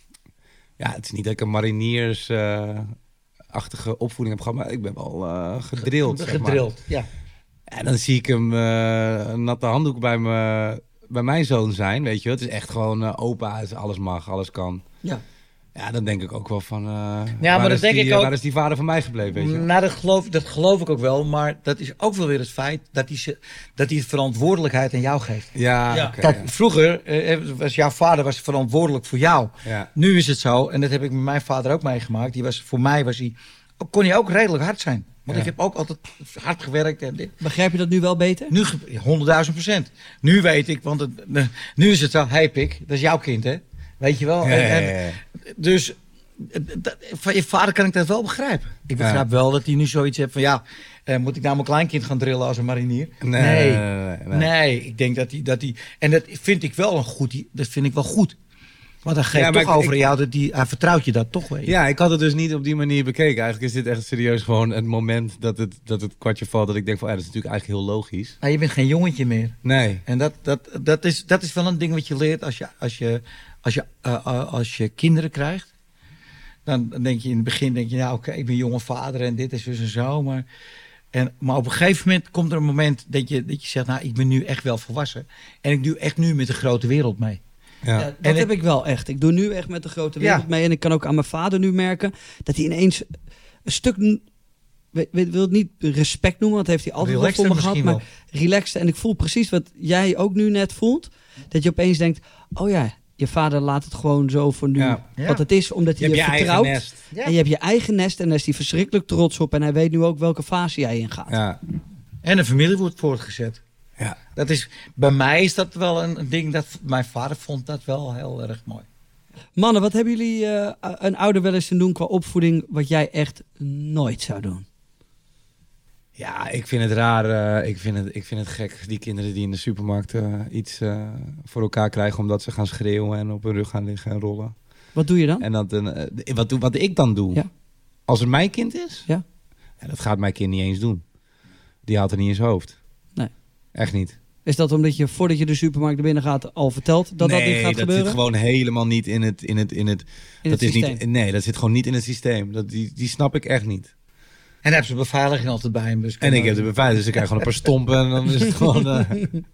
ja, het is niet dat ik een mariniers... Uh, achtige opvoeding heb gehad, maar ik ben wel uh, gedrild. Zeg maar. Gedrild, ja. En dan zie ik hem uh, een natte handdoek bij, me, bij mijn zoon zijn, weet je wel. Het is echt gewoon uh, opa, alles mag, alles kan. Ja. Ja, dan denk ik ook wel van, uh, ja, maar waar, is denk die, ik ook, waar is die vader van mij gebleven, weet je wel? Nou, dat geloof, dat geloof ik ook wel, maar dat is ook wel weer het feit dat hij, dat hij verantwoordelijkheid aan jou geeft. Ja, ja. Okay, Kijk, ja. vroeger uh, was jouw vader was verantwoordelijk voor jou. Ja. Nu is het zo, en dat heb ik met mijn vader ook meegemaakt, die was, voor mij was hij... kon hij ook redelijk hard zijn. Want ja. ik heb ook altijd hard gewerkt. En dit. Begrijp je dat nu wel beter? Nu, honderdduizend procent. Nu weet ik, want het, nu is het zo, hey Pik, dat is jouw kind, hè? Weet je wel? Ja, en, ja, ja. En, dus dat, van je vader kan ik dat wel begrijpen. Ik begrijp ja. wel dat hij nu zoiets heeft van, ja, uh, moet ik nou mijn kleinkind gaan drillen als een marinier? Nee, nee, nee, nee, nee. nee ik denk dat hij, dat hij, en dat vind ik wel een goed, dat vind ik wel goed. Want dan geeft ja, toch ik, over ik, jou dat die, hij vertrouwt je dat toch wel. Ja, ik had het dus niet op die manier bekeken. Eigenlijk is dit echt serieus gewoon het moment dat het, dat het kwartje valt. Dat ik denk van, ja, dat is natuurlijk eigenlijk heel logisch. Maar je bent geen jongetje meer. Nee. En dat, dat, dat, is, dat is wel een ding wat je leert als je, als je, als je, uh, als je kinderen krijgt. Dan denk je in het begin, denk je, nou oké, okay, ik ben jonge vader en dit is dus en zo. Maar, en, maar op een gegeven moment komt er een moment dat je, dat je zegt, nou ik ben nu echt wel volwassen. En ik doe echt nu met de grote wereld mee. Ja. Ja, dat en heb ik, ik wel echt. Ik doe nu echt met de grote wereld ja. mee. En ik kan ook aan mijn vader nu merken dat hij ineens een stuk... Ik wil het niet respect noemen, want heeft hij altijd wel voor me gehad. Maar wel. Relaxed. En ik voel precies wat jij ook nu net voelt. Dat je opeens denkt, oh ja, je vader laat het gewoon zo voor nu ja. wat het is. Omdat hij je, je, je vertrouwt. Ja. En je hebt je eigen nest. En daar is hij verschrikkelijk trots op. En hij weet nu ook welke fase jij ingaat. Ja. En een familie wordt voortgezet. Ja. Dat is, bij mij is dat wel een ding dat mijn vader vond dat wel heel erg mooi. Mannen, wat hebben jullie uh, een ouder wel eens te doen qua opvoeding wat jij echt nooit zou doen? Ja, ik vind het raar. Uh, ik, vind het, ik vind het gek, die kinderen die in de supermarkt uh, iets uh, voor elkaar krijgen omdat ze gaan schreeuwen en op hun rug gaan liggen en rollen. Wat doe je dan? En dat, uh, wat, doe, wat ik dan doe? Ja. Als het mijn kind is? Ja. Ja, dat gaat mijn kind niet eens doen. Die haalt er niet in zijn hoofd. Nee. Echt niet. Is dat omdat je voordat je de supermarkt er binnen gaat al vertelt dat nee, dat niet gaat dat gebeuren? Nee, dat zit gewoon helemaal niet in het... In het, in het, in dat het is niet, nee, dat zit gewoon niet in het systeem. Dat, die, die snap ik echt niet. En dan heb ze beveiliging altijd bij hem. Dus en ik heb de beveiliging, dus ik krijg gewoon een paar stompen en dan is het gewoon... Uh...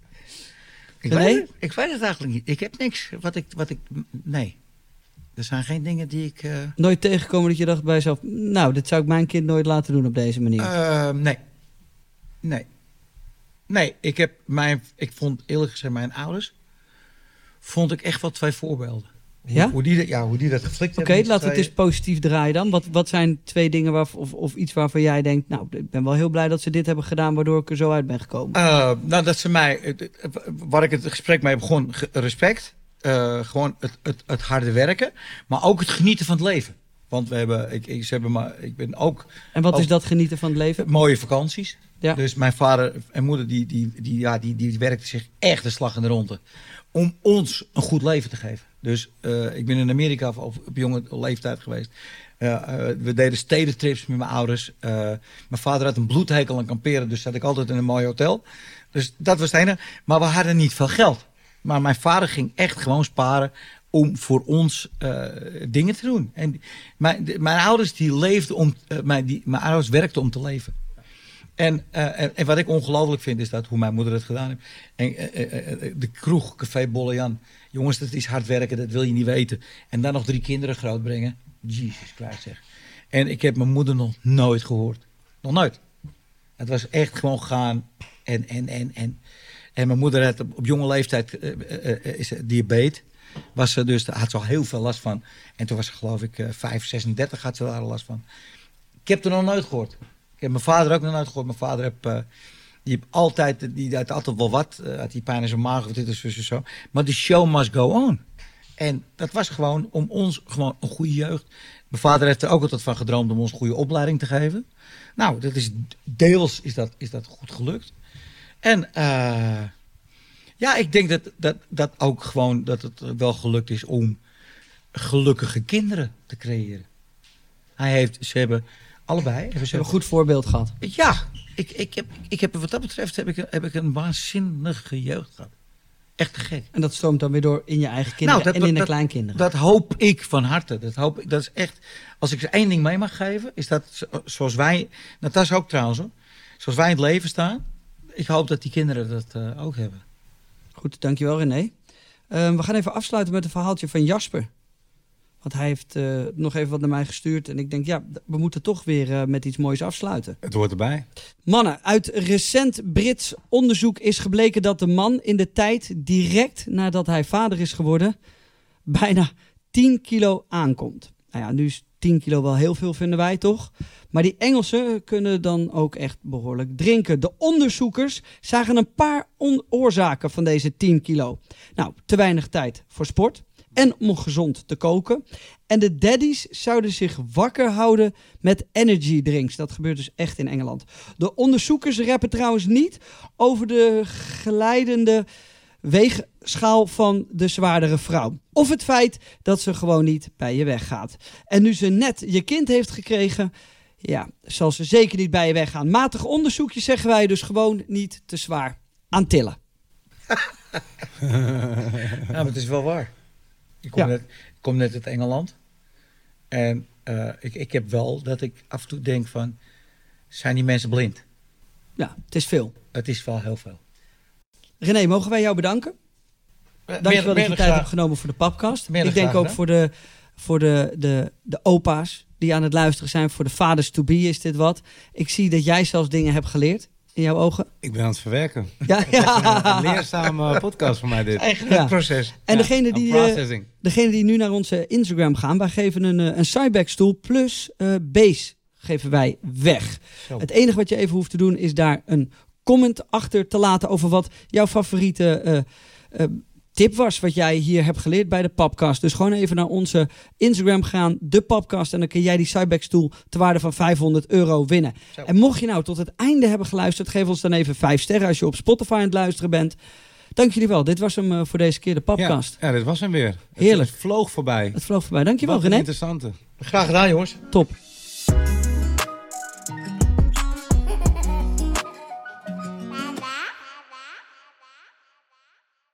ik, weet het, ik weet het eigenlijk niet. Ik heb niks wat ik... Wat ik nee. Er zijn geen dingen die ik... Uh... Nooit tegengekomen dat je dacht bij jezelf... Nou, dit zou ik mijn kind nooit laten doen op deze manier. Uh, nee. Nee. Nee, ik heb mijn... Ik vond eerlijk gezegd mijn ouders... Vond ik echt wel twee voorbeelden. Ja? Hoe, hoe, die, dat, ja, hoe die dat geflikt okay, hebben. Oké, laten we het eens positief draaien dan. Wat, wat zijn twee dingen waar, of, of iets waarvan jij denkt... Nou, ik ben wel heel blij dat ze dit hebben gedaan... waardoor ik er zo uit ben gekomen. Uh, nou, dat ze mij... Waar ik het gesprek mee begon... Respect. Uh, gewoon het, het, het harde werken. Maar ook het genieten van het leven. Want we hebben... Ik, ik, ze hebben maar, ik ben ook... En wat ook, is dat genieten van het leven? Mooie vakanties. Ja. Dus mijn vader en moeder... Die, die, die, ja, die, die werkten zich echt de slag in de ronde. Om ons een goed leven te geven. Dus uh, ik ben in Amerika op, op jonge leeftijd geweest. Uh, uh, we deden stedentrips met mijn ouders. Uh, mijn vader had een bloedhekel aan kamperen. Dus zat ik altijd in een mooi hotel. Dus dat was het ene. Maar we hadden niet veel geld. Maar mijn vader ging echt gewoon sparen... om voor ons uh, dingen te doen. En mijn, de, mijn ouders die leefden om... Uh, mijn, die, mijn ouders werkten om te leven. En, uh, en, en wat ik ongelooflijk vind is dat hoe mijn moeder het gedaan heeft. En, uh, uh, de kroeg, Café Bolle Jan. Jongens, dat is hard werken, dat wil je niet weten. En dan nog drie kinderen grootbrengen. Jezus Christus zeg. En ik heb mijn moeder nog nooit gehoord. Nog nooit. Het was echt gewoon gaan. En, en, en, en. En mijn moeder had op, op jonge leeftijd uh, uh, uh, is diabetes. Was ze dus, daar had ze al heel veel last van. En toen was ze geloof ik uh, vijf, zesendertig had ze daar last van. Ik heb er nog nooit gehoord. Ik heb mijn vader ook nog nooit gehoord. Mijn vader heb, uh, die heeft altijd, die had altijd wel wat. Uh, had die pijn in zijn maag of dit of zo, zo. Maar de show must go on. En dat was gewoon om ons gewoon een goede jeugd. Mijn vader heeft er ook altijd van gedroomd om ons een goede opleiding te geven. Nou, dat is, deels is dat, is dat goed gelukt. En uh, ja, ik denk dat, dat, dat ook gewoon dat het wel gelukt is om gelukkige kinderen te creëren. Hij heeft, ze hebben allebei... Hebben Ze hebben een goed voorbeeld gehad. Ja, ik, ik, heb, ik heb, wat dat betreft heb ik, heb ik een waanzinnige jeugd gehad. Echt te gek. En dat stroomt dan weer door in je eigen kinderen Nou, dat- en in de dat- kleinkinderen. Dat hoop ik van harte. Dat, hoop ik, dat is echt... Als ik ze één ding mee mag geven, is dat zo- zoals wij... Natasja ook trouwens, hoor. Zoals wij in het leven staan. Ik hoop dat die kinderen dat uh, ook hebben. Goed, dankjewel René. Uh, we gaan even afsluiten met een verhaaltje van Jasper. Want hij heeft uh, nog even wat naar mij gestuurd. En ik denk, ja, we moeten toch weer uh, met iets moois afsluiten. Het hoort erbij. Mannen, uit recent Brits onderzoek is gebleken dat de man in de tijd direct nadat hij vader is geworden bijna tien kilo aankomt. Nou ja, nu is tien kilo wel heel veel, vinden wij toch? Maar die Engelsen kunnen dan ook echt behoorlijk drinken. De onderzoekers zagen een paar on- oorzaken van deze tien kilo. Nou, te weinig tijd voor sport en om gezond te koken. En de daddies zouden zich wakker houden met energy drinks. Dat gebeurt dus echt in Engeland. De onderzoekers rappen trouwens niet over de glijdende weegschaal van de zwaardere vrouw. Of het feit dat ze gewoon niet bij je weggaat. En nu ze net je kind heeft gekregen, ja, zal ze zeker niet bij je weggaan. Matig onderzoekje zeggen wij dus gewoon niet te zwaar aan tillen. Ja, maar het is wel waar. Ik kom, Ja. net, ik kom net uit Engeland. En uh, ik, ik heb wel dat ik af en toe denk van... Zijn die mensen blind? Ja, het is veel. Het is wel heel veel. René, mogen wij jou bedanken? Dankjewel dat je tijd hebt genomen voor de podcast. Meer dan Ik denk graag ook gedaan. voor, de, voor de, de, de opa's die aan het luisteren zijn. Voor de vaders to be is dit wat. Ik zie dat jij zelfs dingen hebt geleerd in jouw ogen. Ik ben aan het verwerken. Ja, ja. Een leerzame podcast voor mij dit. Eigenlijk Ja. het proces. En Ja, degene een die, eh, processing. degene die nu naar onze Instagram gaan, wij geven een, eh, een sidebackstoel plus eh base geven wij weg. Zo. Het enige wat je even hoeft te doen is daar een comment achter te laten over wat jouw favoriete eh, eh, tip was, wat jij hier hebt geleerd bij de podcast. Dus gewoon even naar onze Instagram gaan, de podcast, en dan kun jij die sidebackstoel te waarde van vijfhonderd euro winnen. Zo. En mocht je nou tot het einde hebben geluisterd, geef ons dan even vijf sterren als je op Spotify aan het luisteren bent. Dank jullie wel. Dit was hem uh, voor deze keer, de podcast. Ja, ja, dit was hem weer. Heerlijk. Het vloog voorbij. Het vloog voorbij. Dankjewel, Wat een René. interessante. Graag gedaan, jongens. Top.